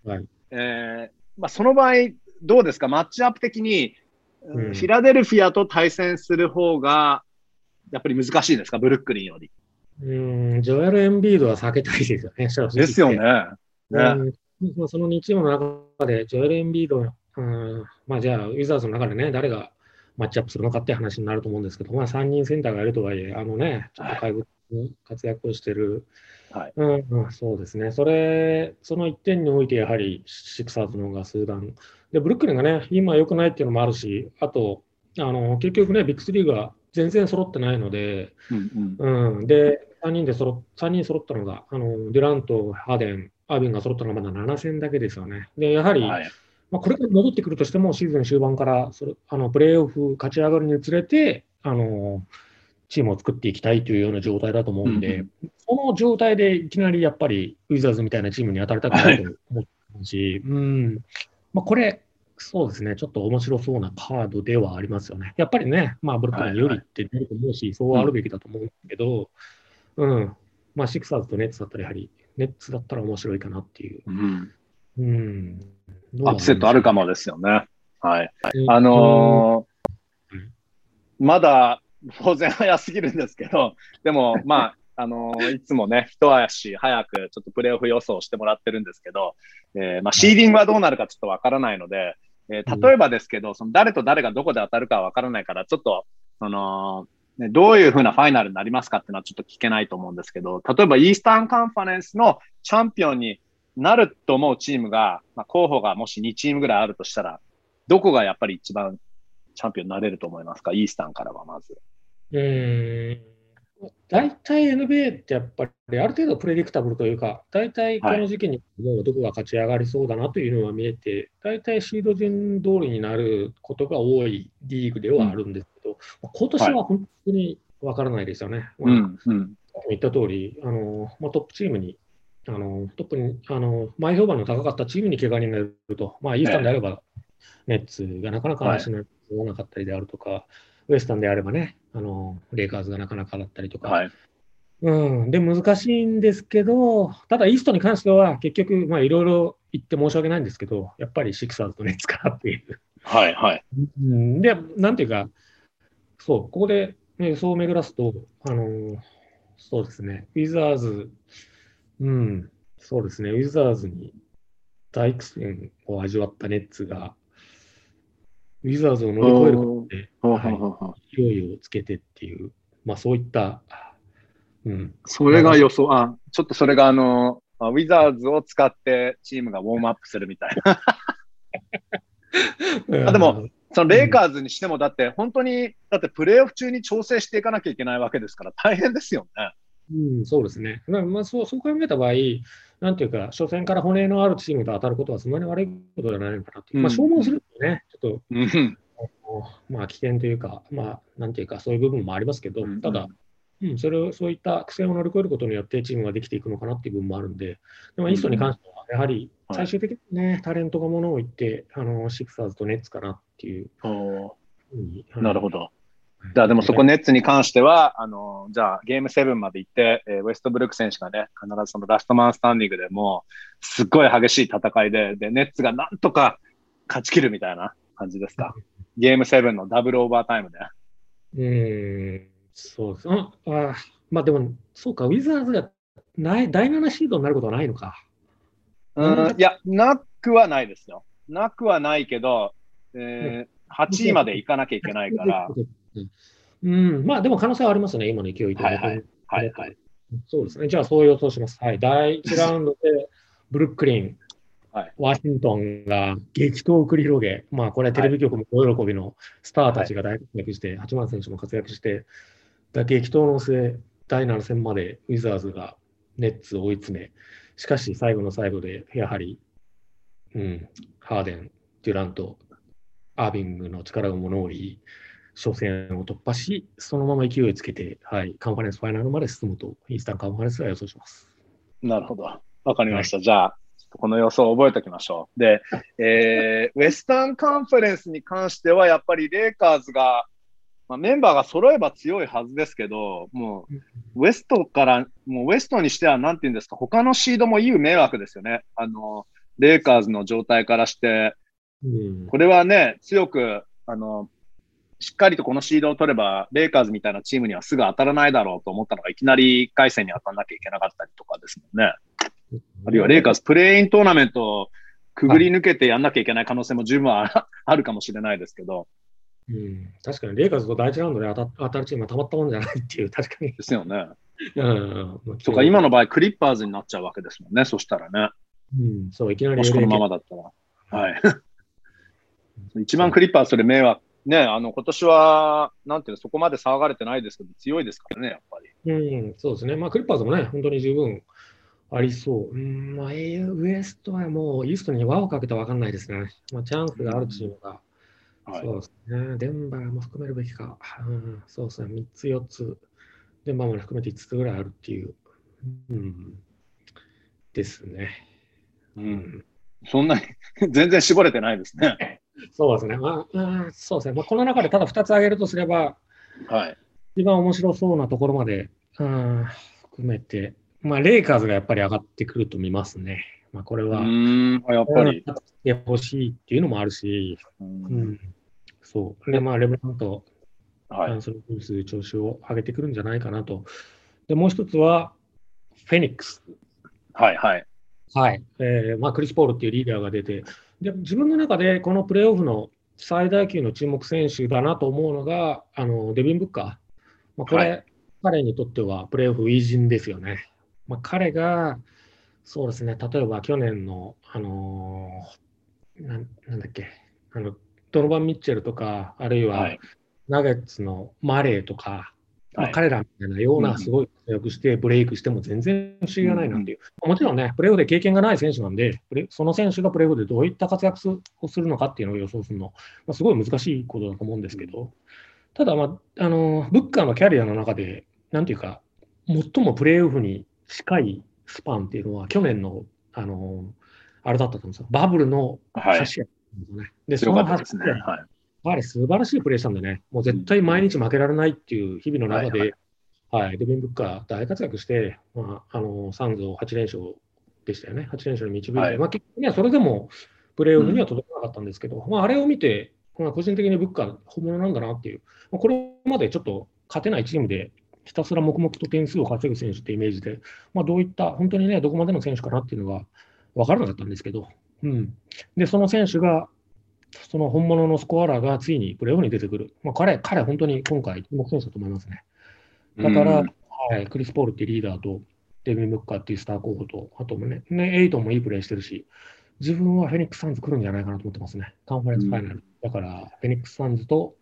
その場合、どうですか、マッチアップ的に、フィラデルフィアと対戦する方が、やっぱり難しいですか、ブルックリンより。 ジョエル・エンビードは避けたいですよね、正直言って。 ですよね。 その2チームの中で、ジョエル・エンビード、まあじゃあ、ウィザーズの中でね、誰がマッチアップするのかって話になると思うんですけど、まあ3人センターがいるとはいえ、ちょっと怪物の活躍をしてる、そうですね、その1点において、やはりシクサーズの方が数段。で、ブルックリンがね、今良くないっていうのもあるし、あと、結局ね、ビッグ3が全然揃ってないので、で、3人揃ったのが、デュラント、ハーデン、アービンが揃ったのがまだ7戦だけですよね。で、やはり、これから戻ってくるとしても、シーズン終盤からプレーオフ勝ち上がるにつれて、チームを作っていきたいというような状態だと思うんで、その状態でいきなりやっぱりウィザーズみたいなチームに当たりたくないと思ってますし、これ、そうですね、ちょっと面白そうなカードではありますよね。やっぱりね、ブルックリン有利って出ると思うし、そうあるべきだと思うんですけど、シクサーズとネッツだったら、やはりネッツだったら面白いかなっていう。 アップセットあるかもですよね。はい。まだ当然早すぎるんですけど、でもいつもね、一足早くちょっとプレーオフ予想してもらってるんですけど、シーディングはどうなるかちょっとわからないので、例えばですけど、その誰と誰がどこで当たるかはわからないから、ちょっと、どういうふうなファイナルになりますかっていうのはちょっと聞けないと思うんですけど、例えばイースタンカンファレンスのチャンピオンになると思うチームが、候補がもし2チームぐらいあるとしたら、どこがやっぱり一番チャンピオンになれると思いますか？イースタンからはまず。 大体 NBA ってやっぱりある程度プレディクタブルというか、大体この時期にもうどこが勝ち上がりそうだなというのは見えて、大体シード順通りになることが多いリーグではあるんですけど、今年は本当にわからないですよね。言った通り、トップチームに、トップに前評判の高かったチームに怪我になると、イースタンであれば、ネッツがなかなか足の合わなかったりであるとか、ウエスタンであればね、レイカーズがなかなかだったりとか、で難しいんですけど、ただイーストに関しては結局、いろいろ言って申し訳ないんですけど、やっぱりシクサーズとネッツかなっていう。で、なんていうか、ここで、そう巡らすと、そうですね、ウィザーズ、そうですね、ウィザーズに大苦戦を味わったネッツが、ウィザーズを乗り越えることで、勢いをつけてっていう、そういった、 それが予想、ちょっとそれがウィザーズを使ってチームがウォームアップするみたいな。でも、そのレイカーズにしても、だって本当に、プレーオフ中に調整していかなきゃいけないわけですから大変ですよね。 そうですね。そう考えた場合、なんていうか、初戦から骨のあるチームと当たることはそんなに悪いことじゃないのかなと。消耗するとね、ちょっと、危険というか、なんていうか、そういう部分もありますけど、ただ、そういった苦戦を乗り越えることによってチームができていくのかなっていう部分もあるんで、でもイーストに関しては、やはり最終的にね、タレントがものを言って、シクサーズとネッツかなっていう。 なるほど。でもそこネッツに関しては、じゃあゲーム7まで行って、ウェストブルック選手がね、必ずそのラストマンスタンディングでもう、すっごい激しい戦いで、ネッツがなんとか勝ち切るみたいな感じですか。ゲーム7のダブルオーバータイムで。 そうです。でも、そうか、ウィザーズが第7シードになることはないのか。 いや、なくはないですよ。なくはないけど、8位まで行かなきゃいけないから。 でも可能性はありますね、今の勢いと。そうですね。じゃあ、そう予想します。第1ラウンドで、ブルックリン、ワシントンが激闘を繰り広げ、これはテレビ局も大喜びのスターたちが大活躍して、八幡選手も活躍して、激闘の末、第7戦までウィザーズがネッツを追い詰め、しかし最後の最後で、やはり、ハーデン、デュラント、アービングの力がものを言い、初戦を突破し、そのまま勢いをつけて、カンファレンスファイナルまで進むと、イースタンカンファレンスは予想します。 なるほど。わかりました。じゃあ、この予想を覚えておきましょう。で、ウェスタンカンファレンスに関しては、やっぱりレイカーズが、メンバーが揃えば強いはずですけど、もう、ウエストにしては、なんていうんですか、他のシードも言う迷惑ですよね。レイカーズの状態からして、これはね、強く、 しっかりとこのシードを取れば、レイカーズみたいなチームにはすぐ当たらないだろうと思ったのが、いきなり1回戦に当たらなきゃいけなかったりとかですもんね。あるいはレイカーズプレーイントーナメントをくぐり抜けてやんなきゃいけない可能性も十分あるかもしれないですけど。 確かにレイカーズと第一ラウンドで当たるチームはたまったもんじゃないっていう、確かに。 ですよね。 とか今の場合、クリッパーズになっちゃうわけですもんね、そしたらね。 そういきなりもしこのままだったら。はい。一番クリッパーズそれ迷惑。ね、今年は、なんていうの、そこまで騒がれてないですけど、強いですからね、やっぱり。 そうですね。クリッパーズもね、本当に十分ありそう。ウエストはもう、イーストに輪をかけたら分かんないですね。チャンスがあるチームが。そうですね。デンバーも含めるべきか。そうですね。3つ、4つ。デンバーも含めて5つぐらいあるっていう。ですね。 そんなに全然絞れてないですね。 そうですね。そうですね。この中でただ2つ挙げるとすれば、一番面白そうなところまで含めて、レイカーズがやっぱり上がってくると見ますね。これは、 やっぱり。 欲しいっていうのもあるし、そう。で、レブランとアンソニー・デイビス調子を上げてくるんじゃないかなと。で、もう一つは、フェニックス。クリス・ポールっていうリーダーが出て、で自分の中でこのプレーオフの最大級の注目選手だなと思うのが、デビン・ブッカー。これ、彼にとってはプレーオフ初陣ですよね。彼が、そうですね、例えば去年の、なんだっけ、ドノバン・ミッチェルとか、あるいはナゲッツのマレーとか、彼らみたいなようなすごい活躍してブレイクしても全然不思議がないなっていう。もちろんね、プレーオフで経験がない選手なんで、その選手がプレーオフでどういった活躍をするのかっていうのを予想するの、すごい難しいことだと思うんですけど、ただ、ブッカーのキャリアの中で、なんていうか、最もプレーオフに近いスパンっていうのは、去年の、あれだったと思うんですよ。バブルの8試合ですね。で、その8試合、素晴らしいプレーしたんでね、もう絶対毎日負けられないっていう日々の中で、デビン・ブッカー大活躍して、サンズを8連勝でしたよね。8連勝に導いて、結局ね、それでもプレーオフには届かなかったんですけど、あれを見て、個人的にブッカー本物なんだなっていう、これまでちょっと勝てないチームでひたすら黙々と点数を稼ぐ選手ってイメージで、どういった本当にね、どこまでの選手かなっていうのが分からなかったんですけど、で、その選手が、その本物のスコアラーがついにプレーオフに出てくる。彼本当に今回注目選手だと思いますね。だから、クリス・ポールっていうリーダーと、デビン・ブッカーっていうスター候補と、あともね、エイトンもいいプレーしてるし、自分はフェニックス・サンズ来るんじゃないかなと思ってますね。カンファレンスファイナル。だから、フェニックス・サンズと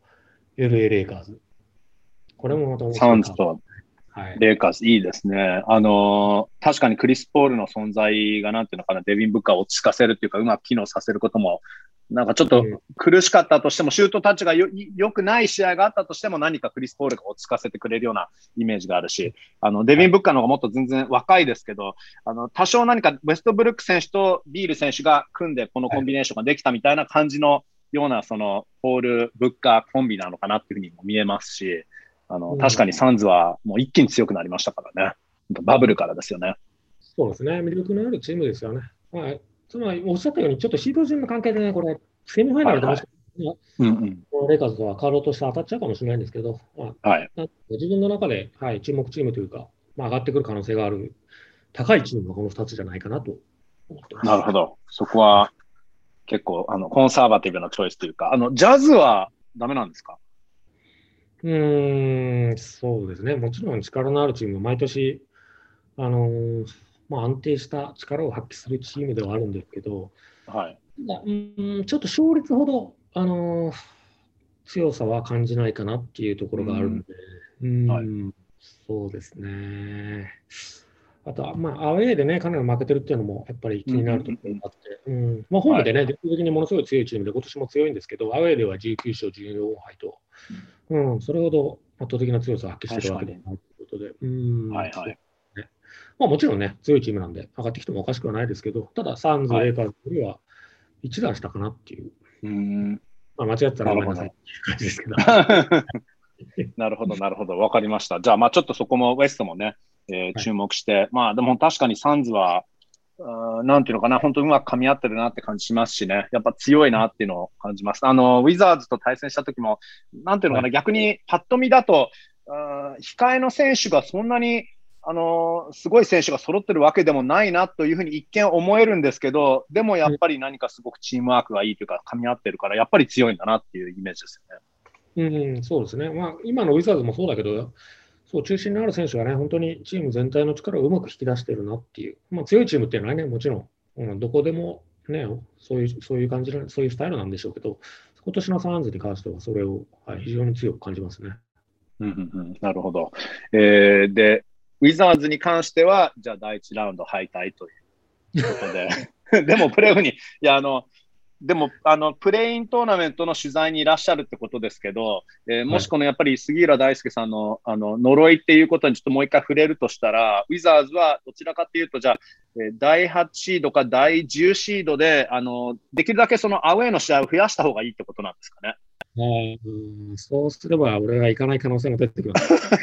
LA レイカーズ。これもまた面白い。 サンズとレイカーズ、いいですね。確かにクリス・ポールの存在が、なんていうのかな、デビン・ブッカーを落ち着かせるっていうか、うまく機能させることも、なんかちょっと苦しかったとしても、シュートタッチが良くない試合があったとしても、何かクリス・ポールが落ち着かせてくれるようなイメージがあるし、デビン・ブッカーの方がもっと全然若いですけど、多少何かウェストブルック選手とビール選手が組んで、このコンビネーションができたみたいな感じのような、そのポール・ブッカーコンビなのかなっていうふうにも見えますし、確かにサンズはもう一気に強くなりましたからね。バブルからですよね。 そうですね。魅力のあるチームですよね。つまりおっしゃったように、ちょっとシード順の関係でね、これ、セミファイナルでもしかしたら、レイカーズとはカードとして当たっちゃうかもしれないんですけど、自分の中で、注目チームというか、上がってくる可能性がある高いチームがこの2つじゃないかなと思ってます。 なるほど。そこは結構コンサーバティブなチョイスというか、ジャズはダメなんですか？ そうですね。もちろん力のあるチームは毎年、安定した力を発揮するチームではあるんですけど、ちょっと勝率ほど、強さは感じないかなっていうところがあるので、そうですね。あとは、アウェーでね、かなり負けてるっていうのもやっぱり気になるところがあって、ホームでね、絶対的にものすごい強いチームで、今年も強いんですけど、アウェーでは19勝14敗と、それほど圧倒的な強さを発揮してるわけではないということで、もちろんね、強いチームなんで、上がってきてもおかしくはないですけど、ただ、サンズ、レイカーズよりは一段下かなっていう。間違ってたらごめんなさいっていう感じですけど。 なるほど、なるほど。わかりました。じゃあ、ちょっとそこもウエストもね、注目して。でも確かにサンズは、 なんていうのかな、本当うまく噛み合ってるなって感じしますしね。やっぱ強いなっていうのを感じます。ウィザーズと対戦した時も、なんていうのかな、逆にパッと見だと、控えの選手がそんなに、すごい選手が揃ってるわけでもないなというふうに一見思えるんですけど、でもやっぱり何かすごくチームワークがいいというか、噛み合ってるから、やっぱり強いんだなっていうイメージですよね。そうですね。まあ、今のウィザーズもそうだけど、そう、中心になる選手がね、本当にチーム全体の力をうまく引き出しているなっていう、まあ、強いチームっていうのはね、もちろん、どこでもね、そういう感じの、そういうスタイルなんでしょうけど、今年のサンズに関しては、それを、非常に強く感じますね。 なるほど。で、ウィザーズに関しては、じゃあ第1ラウンド敗退ということで、でもプレーオフに、でも、プレイントーナメントの取材にいらっしゃるってことですけど、もしこのやっぱり杉浦大輔さんの、呪いっていうことにちょっともう一回触れるとしたら、ウィザーズはどちらかっていうと、じゃあ、第8シードか第10シードで、できるだけそのアウェーの試合を増やした方がいいってことなんですかね。 そうすれば、俺は行かない可能性が出てくる。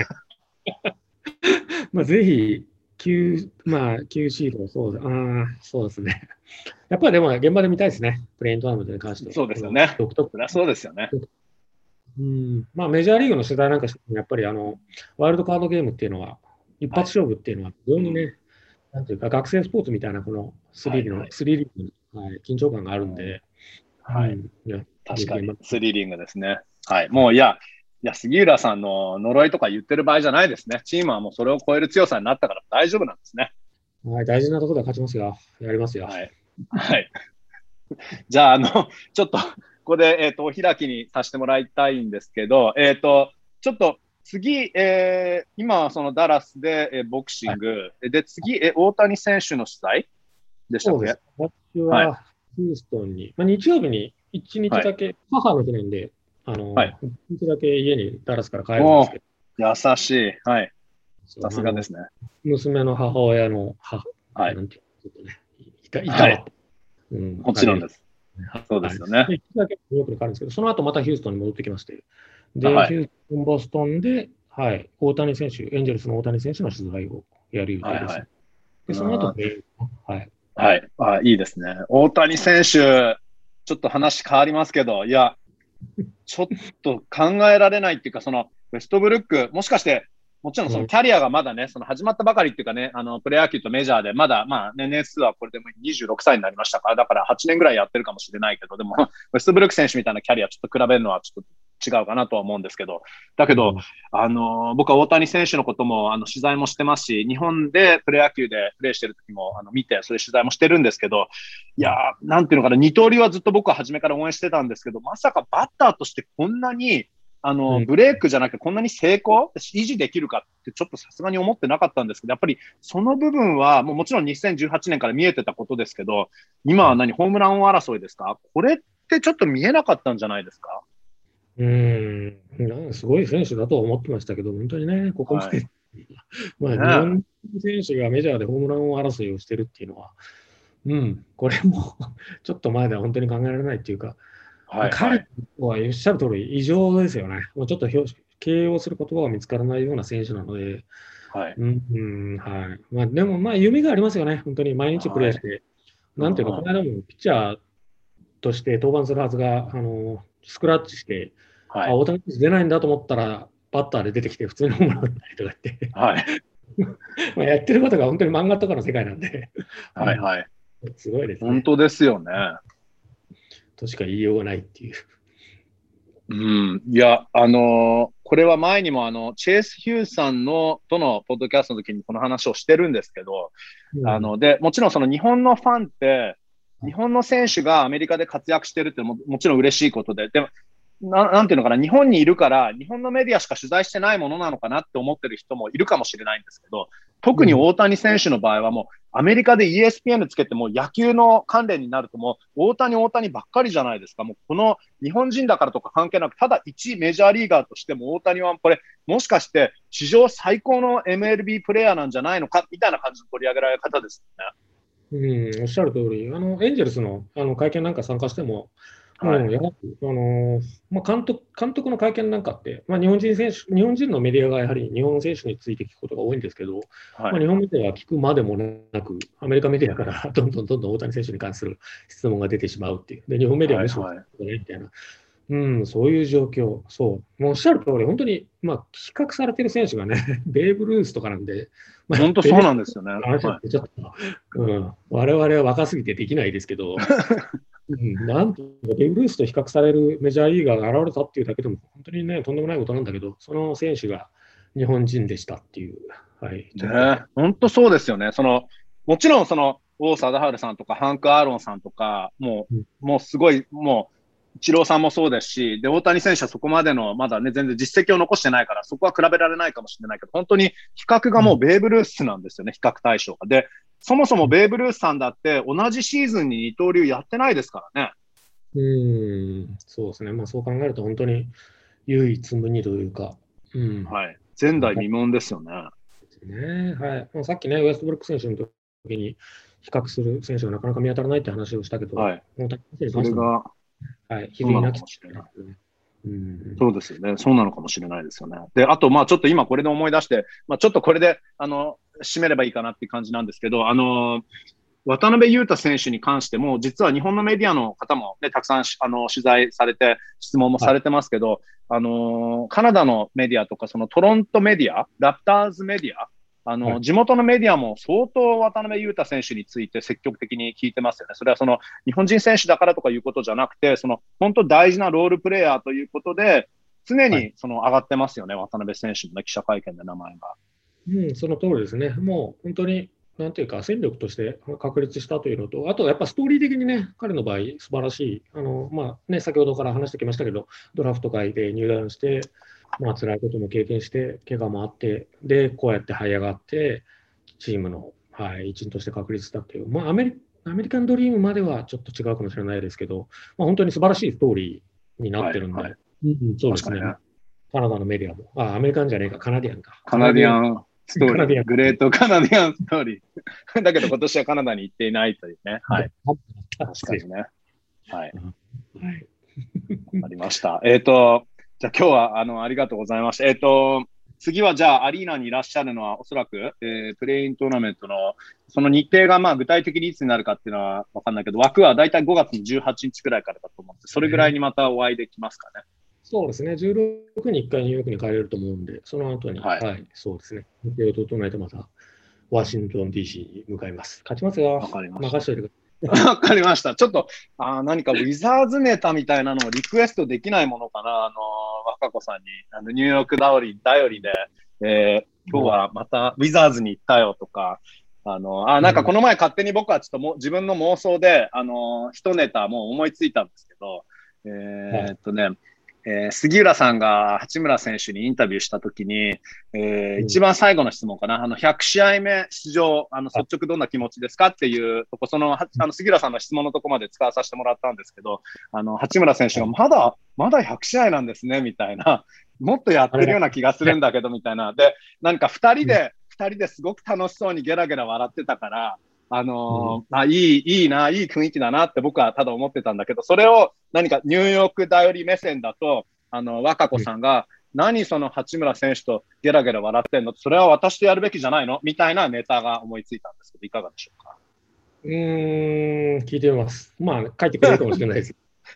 まあ、ぜひ、9シード、そうですね。やっぱりでも、現場で見たいですね、プレイントーナメントに関しては。 そうですよね。そうですよね。 まあ、メジャーリーグの取材なんかしても、やっぱりワイルドカードゲームっていうのは、一発勝負っていうのは、非常にね、なんていうか、学生スポーツみたいな、このスリリングの緊張感があるんで、 確かに、スリリングですね。はい、もう、いや、杉浦さんの呪いとか言ってる場合じゃないですね。チームはもうそれを超える強さになったから大丈夫なんですね。 はい、大事なところでは勝ちますよ。やりますよ。 はい。じゃあ、ちょっと、ここで、お開きにさせてもらいたいんですけど、ちょっと次、今はそのダラスで、ボクシング、で、次、大谷選手の取材でしたっけ？ 私はヒューストンに、日曜日に1日だけ、母の日なんで、1日だけ家にダラスから帰るんですけど。 優しい。はい。さすがですね。 娘の母親のなんていうちょっとね、 もちろんです。そうですよね。 1日だけニューヨークに帰るんですけど、その後またヒューストンに戻ってきまして、で、ヒューストン、ボストンで、大谷選手、エンジェルスの大谷選手の取材をやる予定です。で、その後いいですね。大谷選手、ちょっと話変わりますけど、いや、ちょっと考えられないっていうか、そのウェストブルック、もしかして、もちろんそのキャリアがまだね、その始まったばかりっていうかね、プロ野球とメジャーで、まだ、年数はこれでも26歳になりましたから、だから8年ぐらいやってるかもしれないけど、でも、ウェストブルック選手みたいなキャリアちょっと比べるのはちょっと違うかなとは思うんですけど、だけど、僕は大谷選手のことも取材もしてますし、日本でプロ野球でプレーしてる時も見て、それ取材もしてるんですけど、いやー、なんていうのかな、二刀流はずっと僕は初めから応援してたんですけど、まさかバッターとしてこんなに、ブレイクじゃなくてこんなに成功維持できるかってちょっとさすがに思ってなかったんですけど、やっぱりその部分はもちろん2018年から見えてたことですけど、今はホームラン王争いですか？これってちょっと見えなかったんじゃないですか？ すごい選手だと思ってましたけど、本当にね、ここまで、日本の選手がメジャーでホームラン王争いをしてるっていうのは、これもちょっと前では本当に考えられないっていうか、彼はおっしゃる通り異常ですよね。もうちょっと形容する言葉が見つからないような選手なので、でも夢がありますよね。本当に毎日プレーして、なんていうか、この間もピッチャーとして登板するはずが、スクラッチして、大谷選手出ないんだと思ったら、バッターで出てきて普通にホームラン打ったりとかって、やってることが本当に漫画とかの世界なんで、すごいですね。 本当ですよね。 としか言いようがないっていう。 いや、これは前にもチェイス・ヒューさんとのポッドキャストの時にこの話をしてるんですけど、で、もちろんその日本のファンって、日本の選手がアメリカで活躍してるってもちろん嬉しいことで、でも、なんていうのかな、日本にいるから、日本のメディアしか取材してないものなのかなって思ってる人もいるかもしれないんですけど、特に大谷選手の場合はもう、アメリカで ESPN つけても野球の関連になるともう、大谷ばっかりじゃないですか。もうこの日本人だからとか関係なく、ただ一メジャーリーガーとしても大谷はこれ、もしかして史上最高の MLB プレイヤーなんじゃないのかみたいな感じの取り上げられ方ですよね。 おっしゃる通り、エンジェルスの会見なんか参加しても、 はい。 やはり、監督の会見なんかって、日本人のメディアがやはり日本選手について聞くことが多いんですけど、 はい。 日本メディアは聞くまでもなく、アメリカメディアからどんどん大谷選手に関する質問が出てしまうっていう。で、日本メディアははい。 むしろ聞はい。 くことないみたいな。そういう状況。そう。もうおっしゃる通り、本当に、比較されてる選手がね、ベーブ・ルースとかなんで、 本当そうベーブ・ルなんですよね。 ースの話っはい。 てちょっと、我々は若すぎてできないですけど、なんとベーブ・ルースと比較されるメジャーリーガーが現れたっていうだけでも、本当にね、とんでもないことなんだけど、その選手が日本人でしたっていう、はい、ちょっと。 ね、本当そうですよね。もちろん王貞治さんとか、ハンク・アーロンさんとか、もうすごい、もう、イチローさんもそうですし、で、大谷選手はそこまでの、まだね、全然実績を残してないから、そこは比べられないかもしれないけど、本当に比較がもうベーブ・ルースなんですよね、比較対象が。で、そもそもベーブ・ルースさんだって同じシーズンに二刀流やってないですからね。 そうですね。そう考えると本当に唯一無二というか、 はい。前代未聞ですよね。 はい。さっきね、ウエストブルック選手の時に比較する選手がなかなか見当たらないって話をしたけど、 はい。 大谷選手にそれが、 はい、 そうなのかもしれない。 ね。 そうですよね。そうなのかもしれないですよね。で、あと、ちょっと今これで思い出して、ちょっとこれで、締めればいいかなっていう感じなんですけど、渡辺裕太選手に関しても、実は日本のメディアの方もね、たくさん取材されて、質問もされてますけど、カナダのメディアとか、そのトロントメディア、ラプターズメディア、地元のメディアも相当渡辺裕太選手について積極的に聞いてますよね。それは日本人選手だからとかいうことじゃなくて、本当大事なロールプレイヤーということで、常に上がってますよね、渡辺選手の、ね、記者会見で名前が。 その通りですね。もう本当に、なんていうか、戦力として確立したというのと、あとやっぱストーリー的にね、彼の場合、素晴らしい、先ほどから話してきましたけど、ドラフト会で入団して、辛いことも経験して、怪我もあって、で、こうやって這い上がって、チームの、一員として確立したっていう、アメリカンドリームまではちょっと違うかもしれないですけど、本当に素晴らしいストーリーになってるんで、そうですね。カナダのメディアも、アメリカンじゃねえか、カナディアンか。 カナディアンストーリー、グレートカナディアンストーリー。だけど今年はカナダに行っていないというね。はい。確かにね。はい。わかりました。じゃあ今日はありがとうございました。次はじゃあアリーナにいらっしゃるのはおそらく、プレイントーナメントのその日程が具体的にいつになるかっていうのはわかんないけど、枠はだいたい5月の18日くらいからだと思って、それぐらいにまたお会いできますかね。 そうですね、16に1回ニューヨークに帰れると思うんで、その後に、そうですね、日程を整えてまたワシントン DC に向かいます。勝ちますよ。 わかりました。 任しといてください。 わかりました。ちょっと、何かウィザーズネタみたいなのをリクエストできないものかな、若子さんに、ニューヨーク頼りで、今日はまたウィザーズに行ったよとか、なんかこの前勝手に僕はちょっと自分の妄想で、一ネタもう思いついたんですけど、杉浦さんが八村選手にインタビューしたときに、一番最後の質問かな、100試合目出場、率直どんな気持ちですかっていうとこ、杉浦さんの質問のとこまで使わさせてもらったんですけど、八村選手がまだ100試合なんですね、みたいな、もっとやってるような気がするんだけど、みたいな。で、なんか二人ですごく楽しそうにゲラゲラ笑ってたから、いい雰囲気だなって僕はただ思ってたんだけど、それを何かニューヨーク頼り目線だと、若子さんが、何その八村選手とゲラゲラ笑ってんの、それは私とやるべきじゃないのみたいなネタが思いついたんですけど、いかがでしょうか。 聞いてみます。書いてくれるかもしれないです。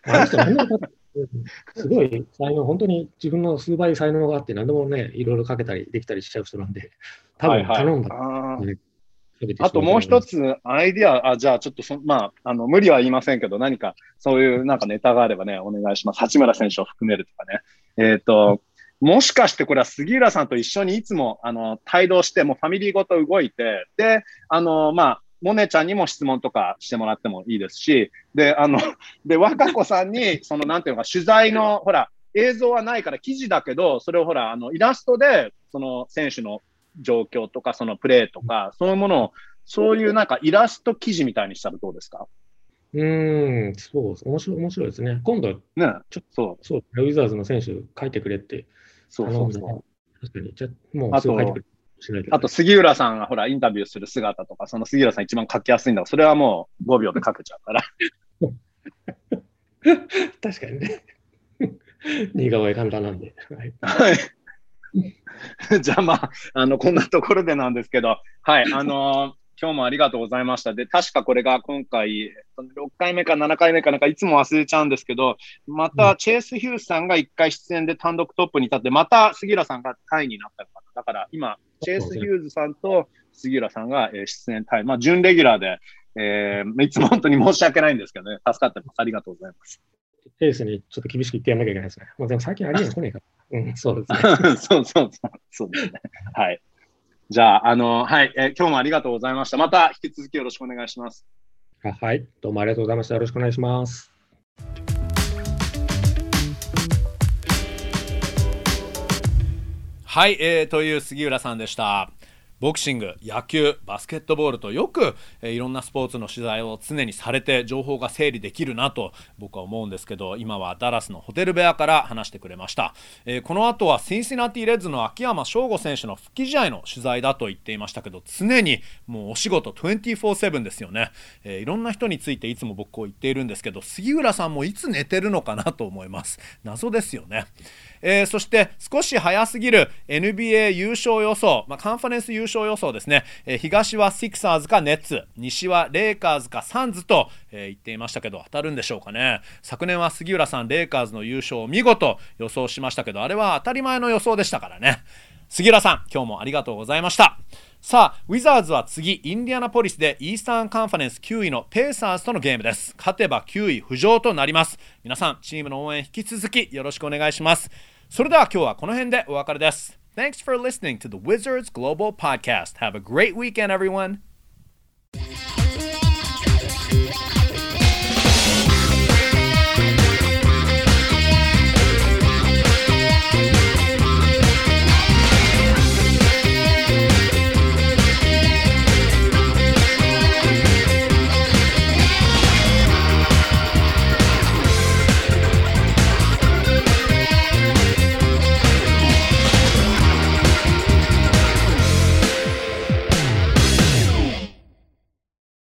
すごい才能、本当に自分の数倍才能があって、何でもね、いろいろかけたりできたりしちゃう人なんで、多分頼んだ。 あともう一つアイディア、じゃあちょっと無理は言いませんけど、何かそういうなんかネタがあればね、お願いします。八村選手を含めるとかね。もしかしてこれは杉浦さんと一緒にいつも帯同して、もうファミリーごと動いて、で、モネちゃんにも質問とかしてもらってもいいですし、で、若子さんに、なんていうのか、取材の、ほら、映像はないから記事だけど、それをほら、イラストで、選手の状況とか、そのプレーとか、そういうものを、そういうなんかイラスト記事みたいにしたらどうですか？ そう、面白いですね。今度、 ね、 そう、ウィザーズの選手書いてくれって。 そう。 確かに。じゃもうすぐ書いてくれ。 あと、杉浦さんがほら、インタビューする姿とか、その杉浦さん一番書きやすいんだから、それはもう5秒で書けちゃうから。 確かにね。似顔絵簡単なんで。はい。 はい。じゃあまあ、こんなところでなんですけど、はい、今日もありがとうございました。で、確かこれが今回、6回目か7回目かなんかいつも忘れちゃうんですけど、またチェイス・ヒュースさんが1回出演で単独トップに立って、また杉浦さんがタイになったのかな。だから今、チェイス・ヒューズさんと杉浦さんが出演タイ、まあ、準レギュラーで、いつも本当に申し訳ないんですけどね、助かってます。ありがとうございます。 エースにちょっと厳しく言ってやんなきゃいけないですね。まあ、でも最近ありえない来ねえから。うん、そうですね。 そうですね。はい。じゃあ、はい、今日もありがとうございました。また引き続きよろしくお願いします。 はい、どうもありがとうございました。よろしくお願いします。 はい、という杉浦さんでした。ボクシング、野球、バスケットボールとよく、いろんなスポーツの取材を常にされて情報が整理できるなと僕は思うんですけど、今はダラスのホテル部屋から話してくれました。この後はシンシナティレッズの秋山翔吾選手の復帰試合の取材だと言っていましたけど、常にもうお仕事 24/7 ですよね。いろんな人についていつも僕こう言っているんですけど、杉浦さんもいつ寝てるのかなと思います。謎ですよね。そして少し早すぎる NBA 優勝予想、カンファレンス優勝予想ですね。東はシクサーズかネッツ、西はレイカーズかサンズと、言っていましたけど、当たるんでしょうかね。昨年は杉浦さんレイカーズの優勝を見事予想しましたけど、あれは当たり前の予想でしたからね。杉浦さん、今日もありがとうございました。さあ、ウィザーズは次、インディアナポリスでイースタンカンファレンス9位のペーサーズとのゲームです。勝てば9位浮上となります。皆さん、チームの応援引き続きよろしくお願いします。それでは今日はこの辺でお別れです。Thanks for listening to the Wizards Global Podcast. Have a great weekend, everyone.